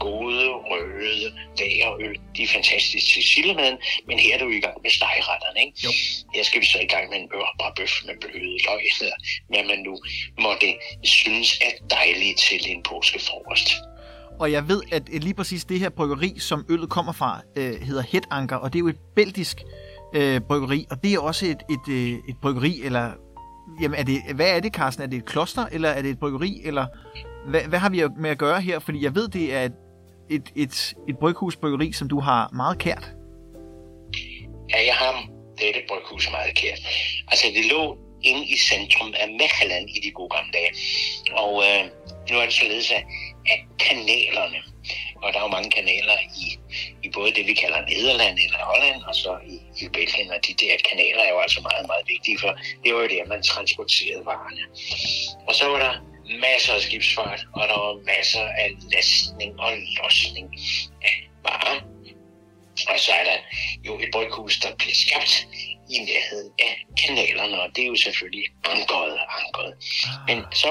gode, røde lagerøl. De er fantastiske til sildemaden, men her er du i gang med stegeretterne, ikke? Jo. Her skal vi så i gang med en ørbræbøf med bløde løg, eller hvad man nu måtte synes er dejligt til en påskefrokost. Og jeg ved, at lige præcis det her bryggeri, som øllet kommer fra, hedder Hedanker, og det er jo et belgisk bryggeri, og det er også et bryggeri, eller jamen, hvad er det, Carsten? Er det et kloster, eller er det et bryggeri, eller hvad har vi med at gøre her? Fordi jeg ved, det er et bryghusbryggeri, som du har meget kært. Ja, jeg har dette bryghus meget kært. Altså, det lå inde i centrum af Mechelen i de gode gamle dage, og nu er det således, at kanalerne, og der er jo mange kanaler i både det, vi kalder Nederland eller Holland, og så i Belgien, og de der kanaler er jo altså meget, meget vigtige, for det var jo der, man transporterede varerne. Og så var der masser af skibsfart, og der var masser af lastning og losning af varer. Og så er der jo et bryghus, der bliver skabt i nærheden af kanalerne, og det er jo selvfølgelig ankeret. Men så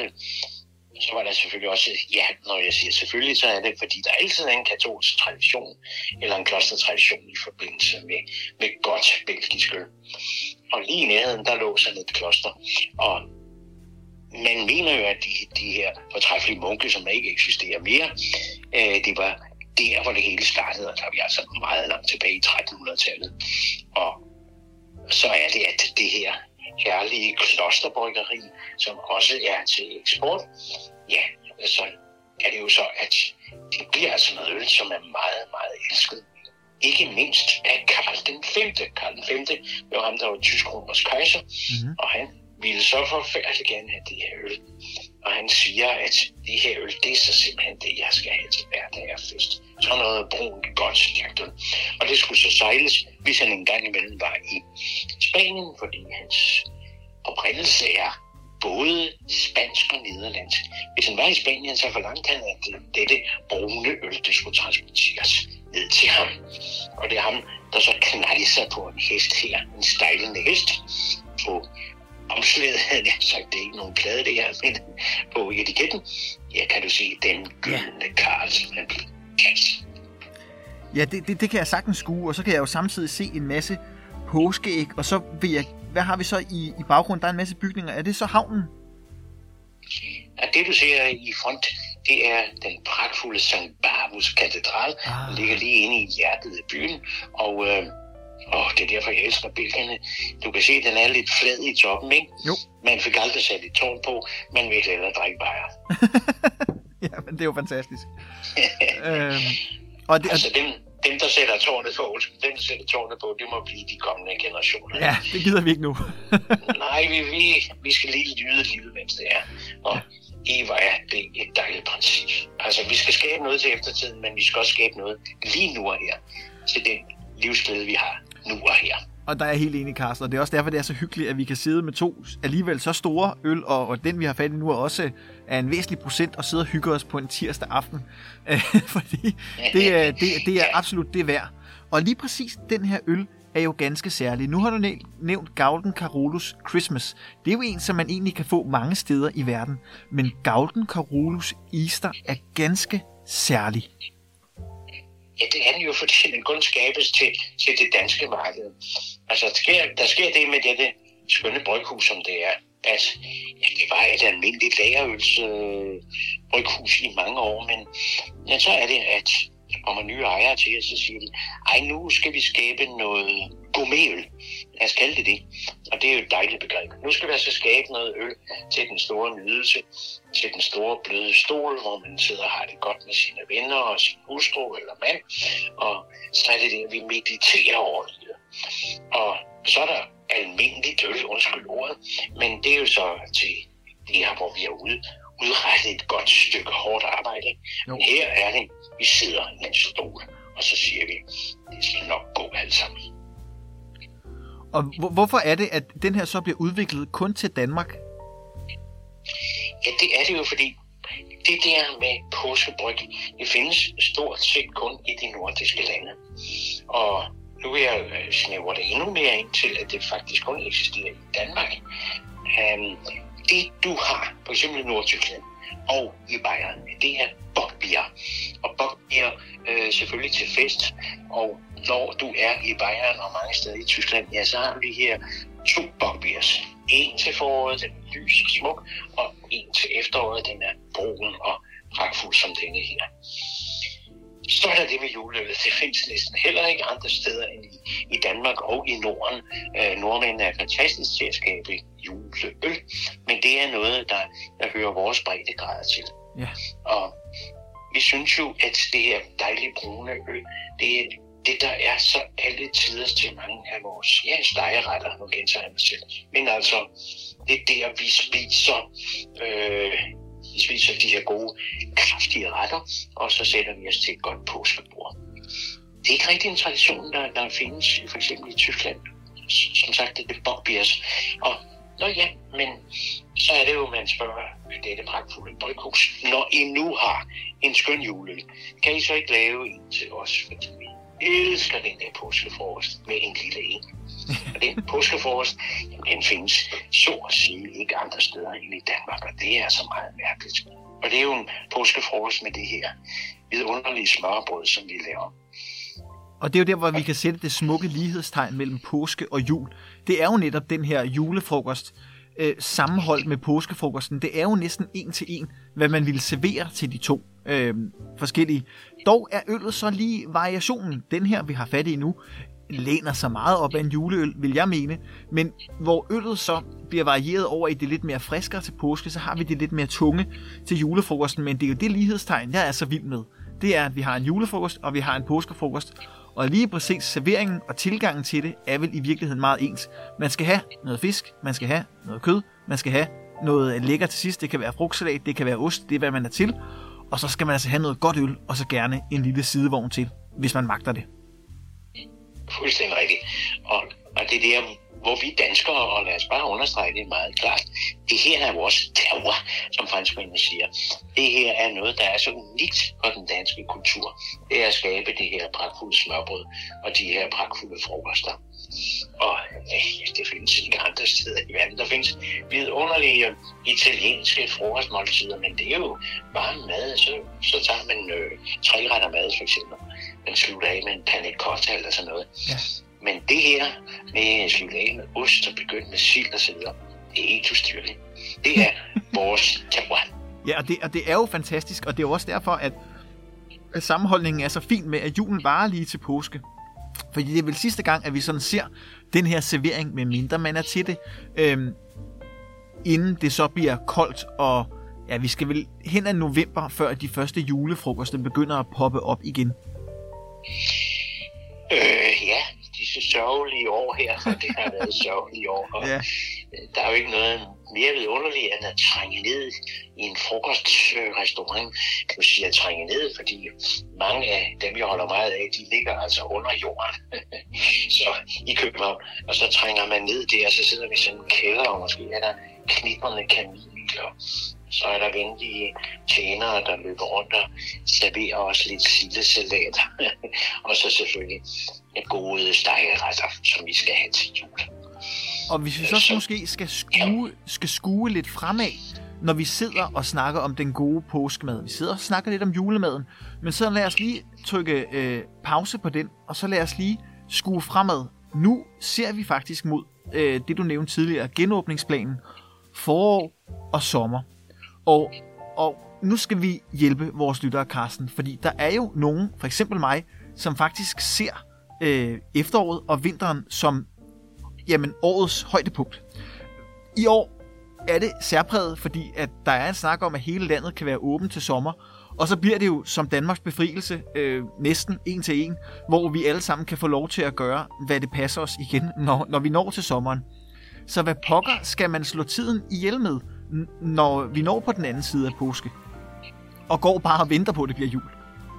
var der selvfølgelig også, ja, når jeg siger selvfølgelig, så er det, fordi der altid er en katolsk tradition, eller en klostertradition i forbindelse med godt belgisk øl. Og lige i nærheden, der lå sådan et kloster, og man mener jo, at de her fortræffelige munke, som ikke eksisterer mere, det var der, hvor det hele startede, og der er vi altså meget langt tilbage i 1300-tallet. Og så er det, at det her herlige klosterbryggeri, som også er til eksport, ja, så er det jo så, at det bliver altså noget øl, som er meget, meget elsket. Ikke mindst af Karl den 5. Karl den 5. var ham, der var tysk-romersk kejser, og han ville så forfærdeligt gerne have det her øl. Og han siger, at det her øl, det er så simpelthen det, jeg skal have til hverdag og fest. Så noget brunt, godt stærkt øl. Og det skulle så sejles, hvis han engang imellem var i Spanien, fordi hans oprindelse er både spansk og nederlandsk. Hvis han var i Spanien, så forlangte han, at dette brune øl, det skulle transporteres ned til ham. Og det er ham, der så knaldede sig på en hest her, en stejlende hest, på omslaget havde jeg sagt, det er ikke nogen plade, det her, men på etiketten, ja, kan du se, den gyldne Karl, som han blev kaldt. Ja, det kan jeg sagtens skue, og så kan jeg jo samtidig se en masse påskeæg, og så vil jeg, hvad har vi så i baggrunden? Der er en masse bygninger. Er det så havnen? Ja, det du ser i front, det er den pragtfulde St. Barbus katedral. Den ligger lige inde i hjertet af byen, og det er derfor, jeg elsker Belgierne. Du kan se, at den er lidt flad i toppen, ikke? Jo. Man fik aldrig sat et tårn på, man vil hellere drikke bajer. Ja, men det er jo fantastisk. Altså dem, der sætter tårnet på, dem, der sætter tårnet på, det må blive de kommende generationer. Ja, det gider vi ikke nu. Nej, vi skal lige lyde livet, mens det er. Og Eva er det et dejligt princip. Altså, vi skal skabe noget til eftertiden, men vi skal også skabe noget lige nu og her, til den livsglæde, vi har nu og her. Og der er jeg helt enig, Carsten, og det er også derfor, det er så hyggeligt, at vi kan sidde med to alligevel så store øl, og den, vi har fat i nu, er også er en væsentlig procent, og sidde og hygge os på en tirsdag aften. Fordi det er absolut det værd. Og lige præcis den her øl er jo ganske særlig. Nu har du nævnt Golden Carolus Christmas. Det er jo en, som man egentlig kan få mange steder i verden. Men Golden Carolus Easter er ganske særlig. Ja, det er den jo, fordi den kun skabes til det danske marked. Altså, der sker det med dette skønne bryghus, som det er, at det var et almindeligt lagerølsbryghus i mange år, men ja, så er det, at der kommer nye ejere til, og så siger de, nu skal vi skabe noget gourmetøl. Lad os kalde det. Og det er jo et dejligt begreb. Nu skal vi altså skabe noget øl til den store nydelse, til den store bløde stol, hvor man sidder og har det godt med sine venner og sin hustru eller mand. Og så er det det, at vi mediterer over livet. Og så er der almindeligt øl, undskyld ordet, men det er jo så til det her, hvor vi er udrettet et godt stykke hårdt arbejde. Men her er det, vi sidder i en stol, og så siger vi, det skal nok gå alt sammen. Og hvorfor er det, at den her så bliver udviklet kun til Danmark? Ja, det er det jo, fordi det der med påskebryg, det findes stort set kun i de nordiske lande. Og nu vil jeg snævre det endnu mere ind til, at det faktisk kun eksisterer i Danmark. Det du har, for eksempel i Nordtyskland og i Bayern, det er Bockbier. bokbier. Og bokbier selvfølgelig til fest. Og når du er i Bayern og mange steder i Tyskland, ja, så har vi her 2 bokbiers. En til foråret, den er lys og smuk, og en til efteråret, den er brun og pragtfuld som denne her. Så er der det med juleøl. Det findes næsten heller ikke andre steder end i Danmark og i Norden. Nordmændene er fantastisk til at skabe juleøl, men det er noget, der hører vores breddegrader til. Ja. Og vi synes jo, at det her dejlige brune øl, det er det, der er så alle tiders til mange af vores stegeretter, nu gentager jeg mig selv. Men altså, det er der, vi spiser de her gode, kraftige retter, og så sætter vi os til et godt påskebord. Det er ikke rigtig en tradition, der findes for eksempel i Tyskland. Som sagt, det er bokbiers. Og men så er det jo, man spørger dette pragtfulde bryghus. Når I nu har en skøn juleøl, kan I så ikke lave en til os, fordi vi elsker den der påskefrokost med en lille en. Og den påskefrokost, den findes så at sige ikke andre steder end i Danmark, og det er så meget mærkeligt. Og det er jo en påskefrokost med det her vidunderlige smørbrød, som vi laver. Og det er jo der, hvor vi kan sætte det smukke lighedstegn mellem påske og jul. Det er jo netop den her julefrokost, sammenholdt med påskefrokosten. Det er jo næsten en til en, hvad man ville servere til de to forskellige. Dog er øllet så lige variationen. Den her, vi har fat i nu, læner sig meget op af en juleøl, vil jeg mene. Men hvor øllet så bliver varieret over i det lidt mere friskere til påske, så har vi det lidt mere tunge til julefrokosten. Men det er jo det lighedstegn, jeg er så vild med. Det er, at vi har en julefrokost, og vi har en påskefrokost. Og lige præcis serveringen og tilgangen til det er vel i virkeligheden meget ens. Man skal have noget fisk, man skal have noget kød, man skal have noget lækker til sidst. Det kan være frugtsalat, det kan være ost, det er hvad man er til. Og så skal man altså have noget godt øl, og så gerne en lille sidevogn til, hvis man magter det. Fuldstændig rigtigt. Og det er der, hvor vi danskere, og lad os bare understrege det meget klart, det her er vores terroir, som franskmændene siger. Det her er noget, der er så unikt for den danske kultur. Det er at skabe det her pragtfulde smørbrød og de her pragtfulde frokoster. Og det findes ikke andre steder i verden. Der findes vidunderlige italienske frokostmåltider, men det er jo bare mad. Så tager man 3 retter mad for eksempel. Man slutter af med en panna cotta eller sådan noget. Ja. Men det her med slutte af med ost og begynde med sild og så videre, det er helt ustyrligt. Det er vores terroir. Ja, og det er jo fantastisk, og det er jo også derfor, at sammenholdningen er så fin med, at julen varer lige til påske. Fordi det er vel sidste gang, at vi sådan ser den her servering, med mindre man er til det, inden det så bliver koldt, og ja, vi skal vel hen ad november, før de første julefrokoster begynder at poppe op igen. Ja, disse sørgelige år her, for det har været sørgelige år. Og ja. Der er jo ikke noget mere vidunderligt end at trænge ned i en frokostrestaurant. Du siger at trænge ned, fordi mange af dem, jeg holder meget af, de ligger altså under jorden. Så i København. Og så trænger man ned der, og så sidder vi i sådan en kælder, og måske er der knipperne kameler. Så er der venlige tjenere, der løber rundt og serverer os lidt sildesalat. Og så selvfølgelig gode stegeretter, som vi skal have til jul. Og hvis vi så måske skal skue lidt fremad, når vi sidder og snakker om den gode påskemad. Vi sidder og snakker lidt om julemaden, men så lad os lige trykke pause på den, og så lad os lige skue fremad. Nu ser vi faktisk mod det, du nævnte tidligere, genåbningsplanen, forår og sommer. Og nu skal vi hjælpe vores lyttere, Carsten, fordi der er jo nogen, for eksempel mig, som faktisk ser efteråret og vinteren som årets højdepunkt. I år er det særpræget, fordi at der er en snak om, at hele landet kan være åbent til sommer, og så bliver det jo som Danmarks befrielse næsten en til en, hvor vi alle sammen kan få lov til at gøre, hvad det passer os igen, når vi når til sommeren. Så hvad pokker skal man slå tiden ihjel med, når vi når på den anden side af påske? Og går bare og venter på, at det bliver jul?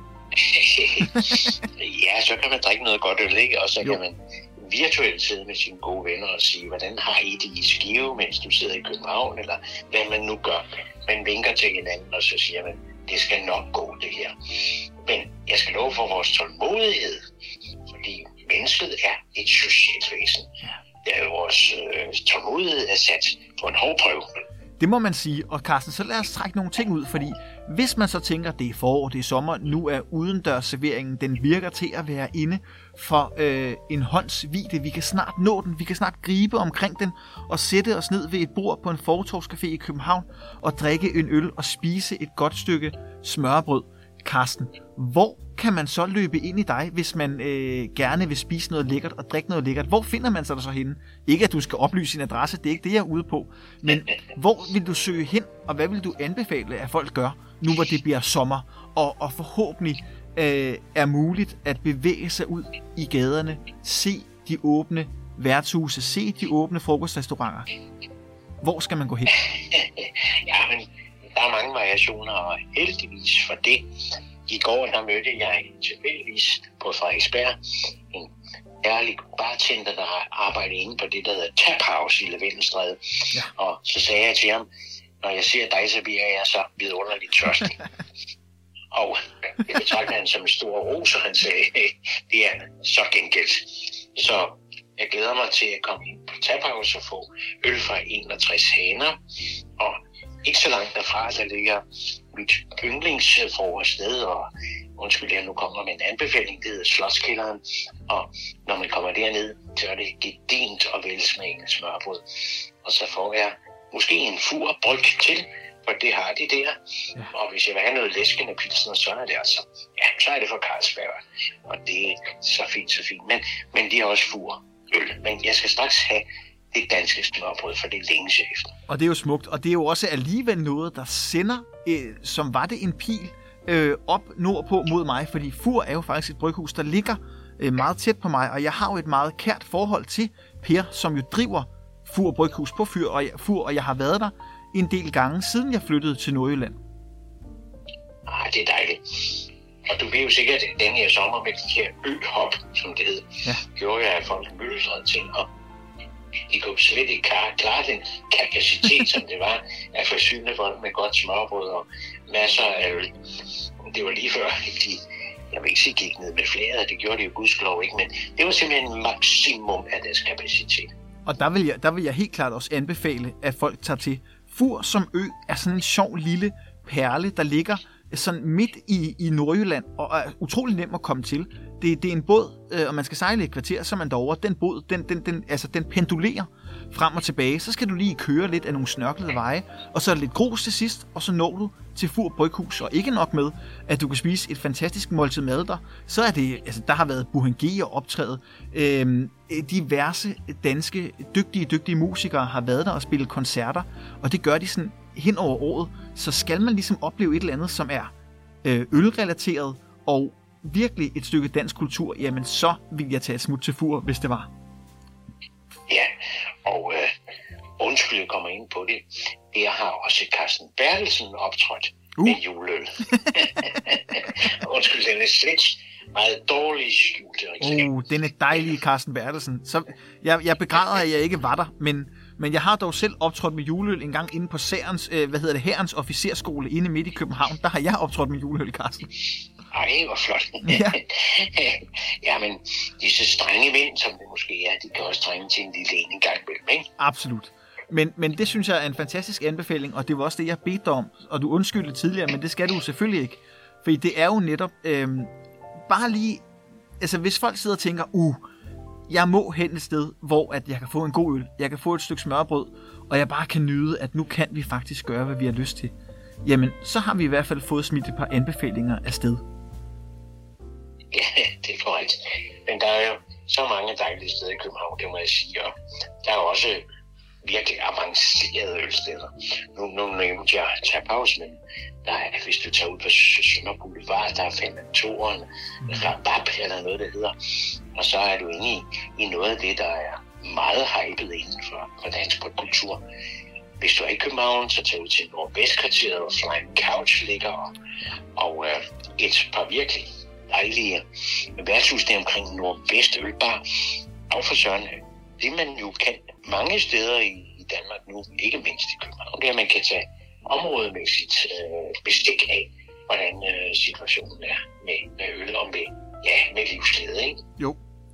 Ja, så kan man drikke noget godt øl, ikke? Og så kan man virtuelt sidde med sine gode venner og sige, hvordan har I det i Skive, mens du sidder i København, eller hvad man nu gør. Man vinker til hinanden, og så siger man, det skal nok gå det her. Men jeg skal love for vores tålmodighed, fordi mennesket er et socialt væsen. Der er jo vores tålmodighed er sat på en hård prøve. Det må man sige. Og Carsten, så lad os trække nogle ting ud, fordi hvis man så tænker, det er forår, det er sommer, nu er udendørsserveringen, den virker til at være inde for en håndsvidde. Vi kan snart nå den, vi kan snart gribe omkring den og sætte os ned ved et bord på en fortovscafé i København og drikke en øl og spise et godt stykke smørrebrød. Carsten, hvor kan man så løbe ind i dig, hvis man gerne vil spise noget lækkert og drikke noget lækkert? Hvor finder man sig der så henne? Ikke at du skal oplyse sin adresse, det er ikke det, jeg er ude på. Men hvor vil du søge hen, og hvad vil du anbefale, at folk gør, nu hvor det bliver sommer, og forhåbentlig er muligt at bevæge sig ud i gaderne, se de åbne værtshuse, se de åbne frokostrestauranter? Hvor skal man gå hen? Ja, men der er mange variationer, og heldigvis for det. I går der mødte jeg tilfældigvis på Frederiksberg en ærlig bartender, der arbejder inde på det, der hedder Tap House i Lavendelstræde. Ja. Og så sagde jeg til ham, når jeg ser dig, så bliver jeg så vidunderligt tørstig. Og jeg betragter han som en stor ros, og han sagde, det er så gengældt. Så jeg glæder mig til at komme ind på Tap House og få øl fra 61 haner. Og ikke så langt derfra, der ligger mit yndlingsfrokoststed, og undskyld, jeg nu kommer med en anbefaling, det hedder Slotskælderen. Og når man kommer derned, så er det gedint og velsmagende smørbrød. Og så får jeg måske en fur bryg til, for det har de der. Ja. Og hvis jeg vil have noget læskende pilsner, så er det altså, ja, så er det fra Carlsberg. Og det er så fint, så fint. Men de har også fur øl. Men jeg skal straks have det danske smørbrød, for det er længe efter. Og det er jo smukt, og det er jo også alligevel noget, der sender, som var det en pil, op nordpå mod mig, fordi Fur er jo faktisk et bryghus, der ligger meget tæt på mig, og jeg har jo et meget kært forhold til Per, som jo driver Fur Bryghus på Fur, og jeg har været der en del gange, siden jeg flyttede til Nordjylland. Det er dejligt. Og du ved jo sikkert, at den her sommer med de her øhop, som det hedder, gjorde jeg, at folk mødte ting, og de kunne slet ikke klare den kapacitet, som det var, at forsyne folk med godt smørbrød og masser af øl. Det var lige før, jeg vil ikke sige, gik ned med flere, det gjorde de jo gudskelov ikke, men det var simpelthen maksimum af deres kapacitet. Og der vil jeg helt klart også anbefale, at folk tager til. Fur som ø er sådan en sjov lille perle, der ligger sådan midt i Nordjylland, og er utrolig nem at komme til. Det er en båd, og man skal sejle et kvarter, så er man derovre. Den båd, den pendulerer frem og tilbage. Så skal du lige køre lidt af nogle snørklede veje, og så er der lidt grus til sidst, og så når du til Fur Bryghus. Og ikke nok med, at du kan spise et fantastisk måltid mad der, så er det, altså der har været Buhangier optrædet. Diverse danske dygtige musikere har været der og spillet koncerter, og det gør de sådan hen over året. Så skal man ligesom opleve et eller andet, som er ølrelateret og virkelig et stykke dansk kultur, jamen så vil jeg tage et smut til Fur, hvis det var. Ja, og undskyld, jeg kommer ind på det. Jeg har også Carsten Bertelsen optrådt med juleøl. Undskyld, den er slet meget dårlig skjult. Den er dejlig, Carsten Bertelsen. Så jeg begræder, at jeg ikke var der, men jeg har dog selv optrådt med juleøl en gang inde på Hærens officerskole inde midt i København. Der har jeg optrådt med juleøl, Carsten. Ej, hvor flot. Ja. Ja, men disse strenge vind, som det måske er, de kan også trænge til en lille en gang imellem, ikke? Absolut. Men det synes jeg er en fantastisk anbefaling, og det var også det, jeg bedte om. Og du undskyldte tidligere, men det skal du selvfølgelig ikke. Fordi det er jo netop bare lige... Altså, hvis folk sidder og tænker, jeg må hen et sted, hvor at jeg kan få en god øl, jeg kan få et stykke smørbrød, og jeg bare kan nyde, at nu kan vi faktisk gøre, hvad vi har lyst til. Jamen, så har vi i hvert fald fået smidt et par anbefalinger af sted. Ja, det er korrekt. Men der er jo så mange dejlige steder i København, det må jeg sige. Og der er jo også virkelig avancerede ølsteder. Nu nævnte jeg Tap House, men der er, hvis du tager ud på Sønder Boulevard, der er Fermentoren, Rabab eller noget, der hedder. Og så er du inde i noget af det, der er meget hypet inden for dansk kultur. Hvis du er i København, så tager du til Nordvestkvarteret, hvor Flying Couch ligger, og et par virkelig dejlige værtshus der omkring Nordvest Ølbar. Og for søren, det man jo kan mange steder i Danmark nu, ikke mindst i København, det er, at man kan tage områdemæssigt bestik af, hvordan situationen er med øl og med livsglæde, ikke? Jo.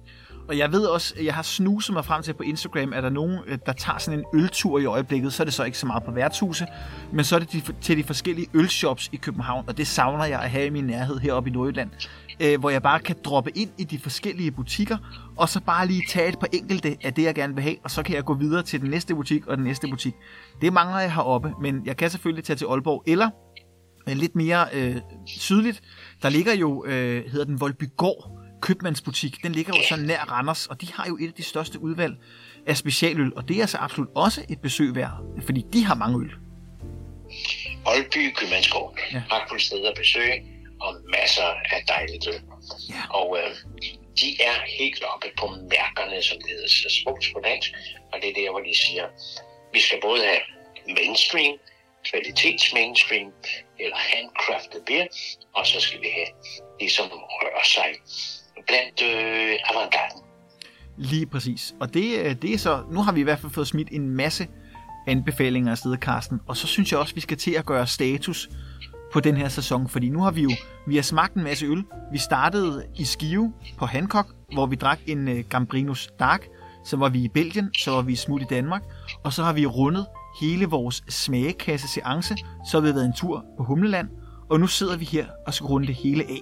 Og jeg ved også, jeg har snuset mig frem til på Instagram, at der er nogen, der tager sådan en øltur i øjeblikket. Så er det så ikke så meget på værtshuse, men så er det til de forskellige ølshops i København. Og det savner jeg at have i min nærhed heroppe i Nordjylland. Hvor jeg bare kan droppe ind i de forskellige butikker, og så bare lige tage et par enkelte af det, jeg gerne vil have, og så kan jeg gå videre til den næste butik og den næste butik. Det mangler jeg heroppe, men jeg kan selvfølgelig tage til Aalborg, eller lidt mere sydligt. Der ligger jo, hedder den Voldbygård købmandsbutik. Den ligger jo så nær Randers, og de har jo et af de største udvalg af specialøl, og det er altså absolut også et besøg værd, fordi de har mange øl. Voldby købmandsgård. Pragtfuldt sted at besøge, og masser af dejligt øl. Ja. Og de er helt oppe på mærkerne, som det hedder så smukt på dansk, og det er der, hvor de siger, vi skal både have mainstream, kvalitets-mainstream, eller handcrafted beer, og så skal vi have det, som rører sig blandt avantgarden. Lige præcis. Og det er så, nu har vi i hvert fald fået smidt en masse anbefalinger afsted, Carsten, og så synes jeg også, vi skal til at gøre status på den her sæson, fordi nu har vi har smagt en masse øl. Vi startede i Skive på Hancock, hvor vi drak en Gambrinus Dark, så var vi i Belgien, så var vi i Smut i Danmark, og så har vi rundet hele vores smagekasse-seance, så har vi været en tur på Humleland, og nu sidder vi her og skal runde det hele af.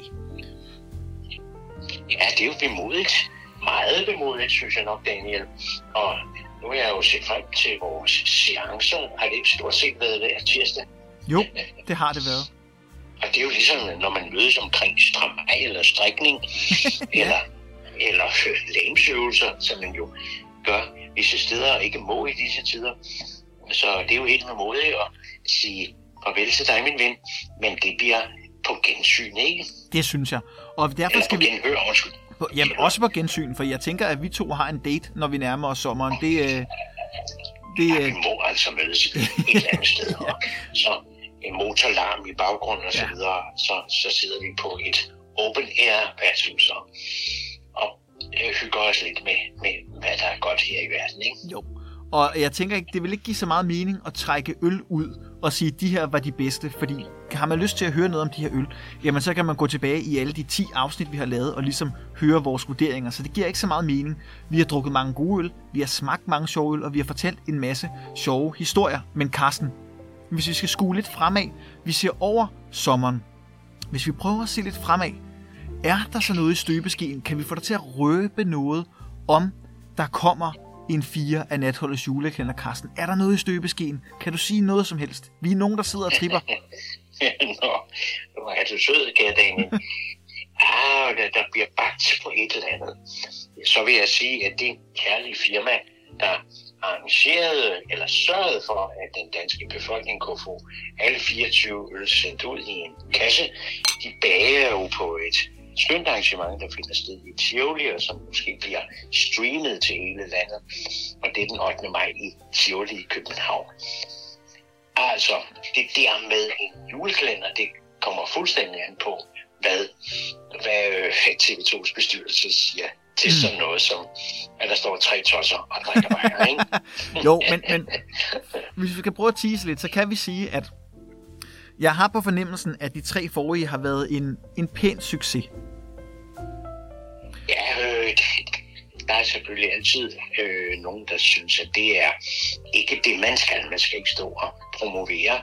Ja, det er jo bemodigt. Meget bemodigt, synes jeg nok, Daniel. Og nu har jeg jo set frem til vores seancer. Har det ikke stort set været hver tirsdag? Jo, det har det været. Og det er jo ligesom, når man mødes omkring stramaj eller strikning, eller lægemsøvelser, som man jo gør visse steder og ikke må i disse tider. Så det er jo helt modigt at sige farvel til dig, min ven, men det bliver på gensyn, ikke? Det synes jeg. Og derfor skal vi... genhør, undskyld. Jamen, også på gensyn, for jeg tænker, at vi to har en date, når vi nærmer os sommeren. Ja, vi må altså mødes et eller andet sted, ja. Og så en motorlarm i baggrunden og så videre, så sidder vi på et open air værtshus og hygger os lidt med, hvad der er godt her i verden, ikke? Jo. Og jeg tænker ikke, det vil ikke give så meget mening at trække øl ud og sige, at de her var de bedste, fordi har man lyst til at høre noget om de her øl, jamen så kan man gå tilbage i alle de 10 afsnit, vi har lavet, og ligesom høre vores vurderinger, så det giver ikke så meget mening. Vi har drukket mange gode øl, vi har smagt mange sjove øl, og vi har fortalt en masse sjove historier. Men Carsten, hvis vi skal skue lidt fremad, vi ser over sommeren. Hvis vi prøver at se lidt fremad, er der så noget i støbeskeen? Kan vi få dig til at røbe noget om, der kommer en 4 af Natholdets julekalender, Carsten? Er der noget i støbeskeen? Kan du sige noget som helst? Vi er nogen, der sidder og tripper. Nu er du sød, kære Daniel. Der bliver bagt på et eller andet. Så vil jeg sige, at det kærlige firma, der arrangerede eller sørgede for, at den danske befolkning kunne få alle 24 øl sendt ud i en kasse, de bager jo på et skønt arrangement, der finder sted i Tivoli, og som måske bliver streamet til hele landet. Og det er den 8. maj i Tivoli i København. Altså, det der med en julekalender, det kommer fuldstændig an på, hvad TV2's bestyrelse siger til sådan noget som, at der står 3 tosser og drikker bajer, ikke? Jo, men hvis vi skal prøve at tease lidt, så kan vi sige, at jeg har på fornemmelsen, at de 3 forrige har været en pæn succes. Ja, der er selvfølgelig altid nogen, der synes, at det er ikke det, man skal. Man skal ikke stå og promovere.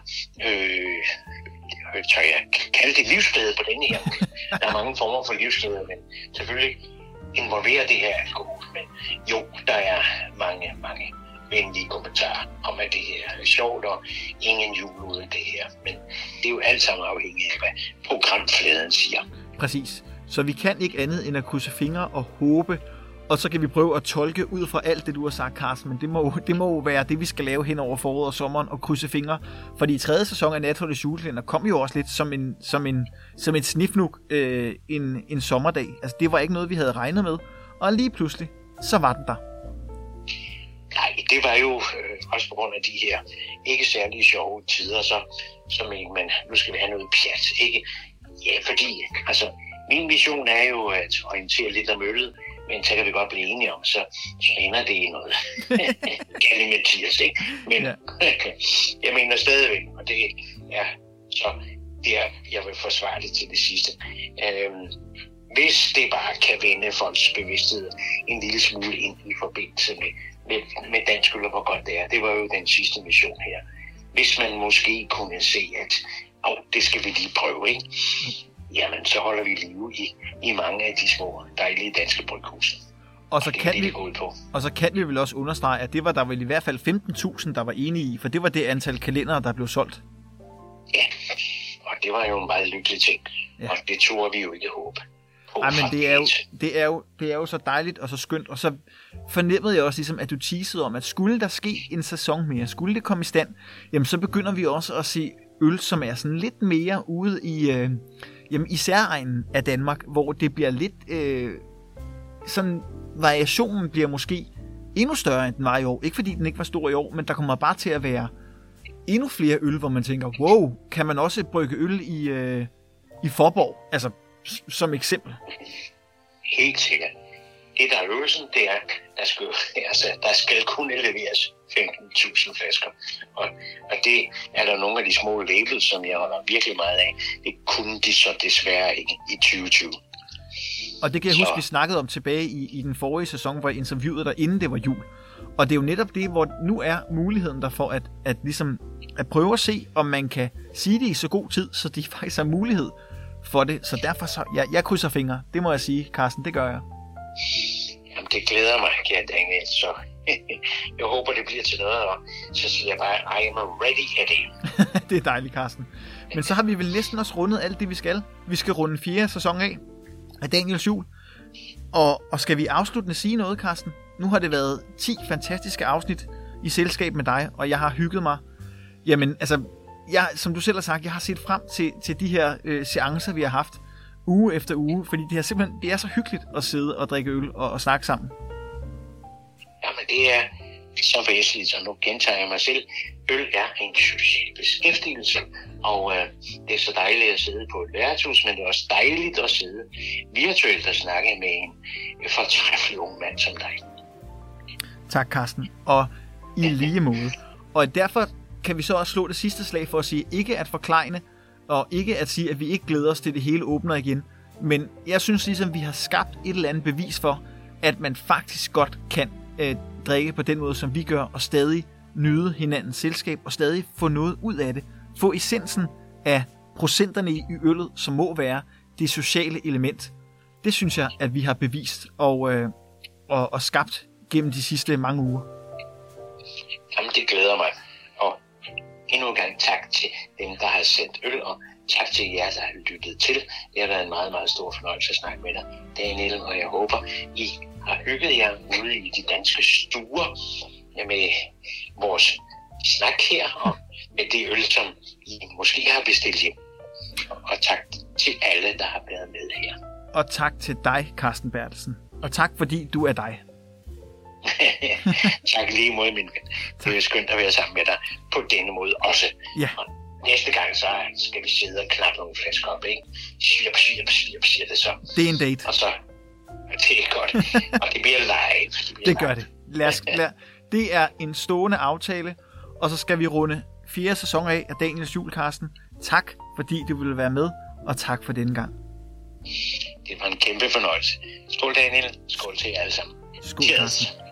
Tør jeg kalde det livsglæde på denne her? Der er mange former for livsglæde, men selvfølgelig involverer det her alkohol. Men jo, der er mange venlige kommentarer om, at det her er sjovt, og ingen jul uden det her. Men det er jo alt sammen afhængigt af, hvad programfladen siger. Præcis. Så vi kan ikke andet end at krydse fingre og håbe, og så kan vi prøve at tolke ud fra alt det, du har sagt, Carsten. Men det må jo være det, vi skal lave hen over foråret og sommeren, og krydse fingre. Fordi 3. sæson af Natholdets julekalender kom jo også lidt som en snifnuk en sommerdag. Altså, det var ikke noget, vi havde regnet med. Og lige pludselig, så var den der. Nej, det var jo også på grund af de her ikke særlig sjove tider, så mener man, nu skal vi have noget pjat, ikke? Ja, fordi, altså, min mission er jo at orientere lidt om øllet, men så kan vi godt blive enige om, så ender det i noget galimatias, ikke? Men ja. Jeg mener stadigvæk, og det er så det er, jeg vil forsvare det til det sidste. hvis det bare kan vende folks bevidsthed en lille smule ind i forbindelse med dansk øl og hvor godt det er. Det var jo den sidste mission her. Hvis man måske kunne se, at det skal vi lige prøve, ikke? Jamen, så holder vi liv i mange af de små, dejlige danske bryghuse. Og så kan vi vel også understrege, at det var der vel i hvert fald 15.000, der var enige i, for det var det antal kalendere, der blev solgt. Ja, og det var jo en meget lykkelig ting, og det turde vi jo ikke håbe. Ej, men det er jo så dejligt og så skønt, og så fornemmede jeg også ligesom, at du teasede om, at skulle der ske en sæson mere, skulle det komme i stand, jamen så begynder vi også at se øl, som er sådan lidt mere ude i særegnen af Danmark, hvor det bliver lidt, sådan variationen bliver måske endnu større, end den var i år. Ikke fordi den ikke var stor i år, men der kommer bare til at være endnu flere øl, hvor man tænker, wow, kan man også brygge øl i Faaborg? Altså, som eksempel. Helt sikkert. Det der er øvelsen, det er, der skal kun leveres 15.000 flasker. Og det er der nogle af de små labels, som jeg holder virkelig meget af. Det kunne de så desværre ikke i 2020. Og det kan jeg huske, vi snakkede om tilbage i den forrige sæson, hvor jeg interviewede dig, inden det var jul. Og det er jo netop det, hvor nu er muligheden der for at prøve at se, om man kan sige det i så god tid, så de faktisk har mulighed for det. Så derfor jeg krydser fingre. Det må jeg sige, Carsten, det gør jeg. Jamen, det glæder mig, kære Daniel, så jeg håber, det bliver til noget, og så siger jeg bare, I am ready at it. Det er dejligt, Carsten. Men så har vi vel næsten også rundet alt det, vi skal. Vi skal runde 4. sæson af Daniels Jul. Og skal vi afsluttende sige noget, Carsten? Nu har det været 10 fantastiske afsnit i selskab med dig, og jeg har hygget mig. Jamen, altså, som du selv har sagt, jeg har set frem til de her seancer, vi har haft uge efter uge, fordi det er så hyggeligt at sidde og drikke øl og snakke sammen. Jamen, det er så væsentligt, og nu gentager jeg mig selv. Øl er en social beskæftigelse, og det er så dejligt at sidde på et værtshus, men det er også dejligt at sidde virtuelt og snakke med en fortræffelig ung mand som dig. Tak, Carsten, og i lige måde. Og derfor kan vi så også slå det sidste slag for at sige, ikke at forklejne, og ikke at sige, at vi ikke glæder os til, det hele åbner igen. Men jeg synes ligesom, vi har skabt et eller andet bevis for, at man faktisk godt kan drikke på den måde, som vi gør, og stadig nyde hinandens selskab, og stadig få noget ud af det. Få essensen af procenterne i øllet, som må være det sociale element. Det synes jeg, at vi har bevist og skabt gennem de sidste mange uger. Jamen, det glæder mig. Og endnu en gang tak til dem, der har sendt øl, og tak til jer, der har lyttet til. Det har været en meget, meget stor fornøjelse at snakke med dig, Daniel, og jeg håber, I har hygget jer ude i de danske stuer med vores snak her, og med det øl, som I måske har bestilt hjem. Og tak til alle, der har været med her. Og tak til dig, Carsten Bertelsen. Og tak, fordi du er dig. Tak lige mod min ven. Det er skønt at være sammen med dig på denne måde også. Ja. Og næste gang så skal vi sidde og knappe nogle flasker op, ikke? Siger det så. Det er en date. Og så, det er godt. Og det bliver live. Det gør det. Det er en stående aftale. Og så skal vi runde 4. sæson af Daniels Jul, Carsten. Tak, fordi du ville være med. Og tak for denne gang. Det var en kæmpe fornøjelse. Skål, Daniel. Skål til jer alle sammen. Skål, Carsten.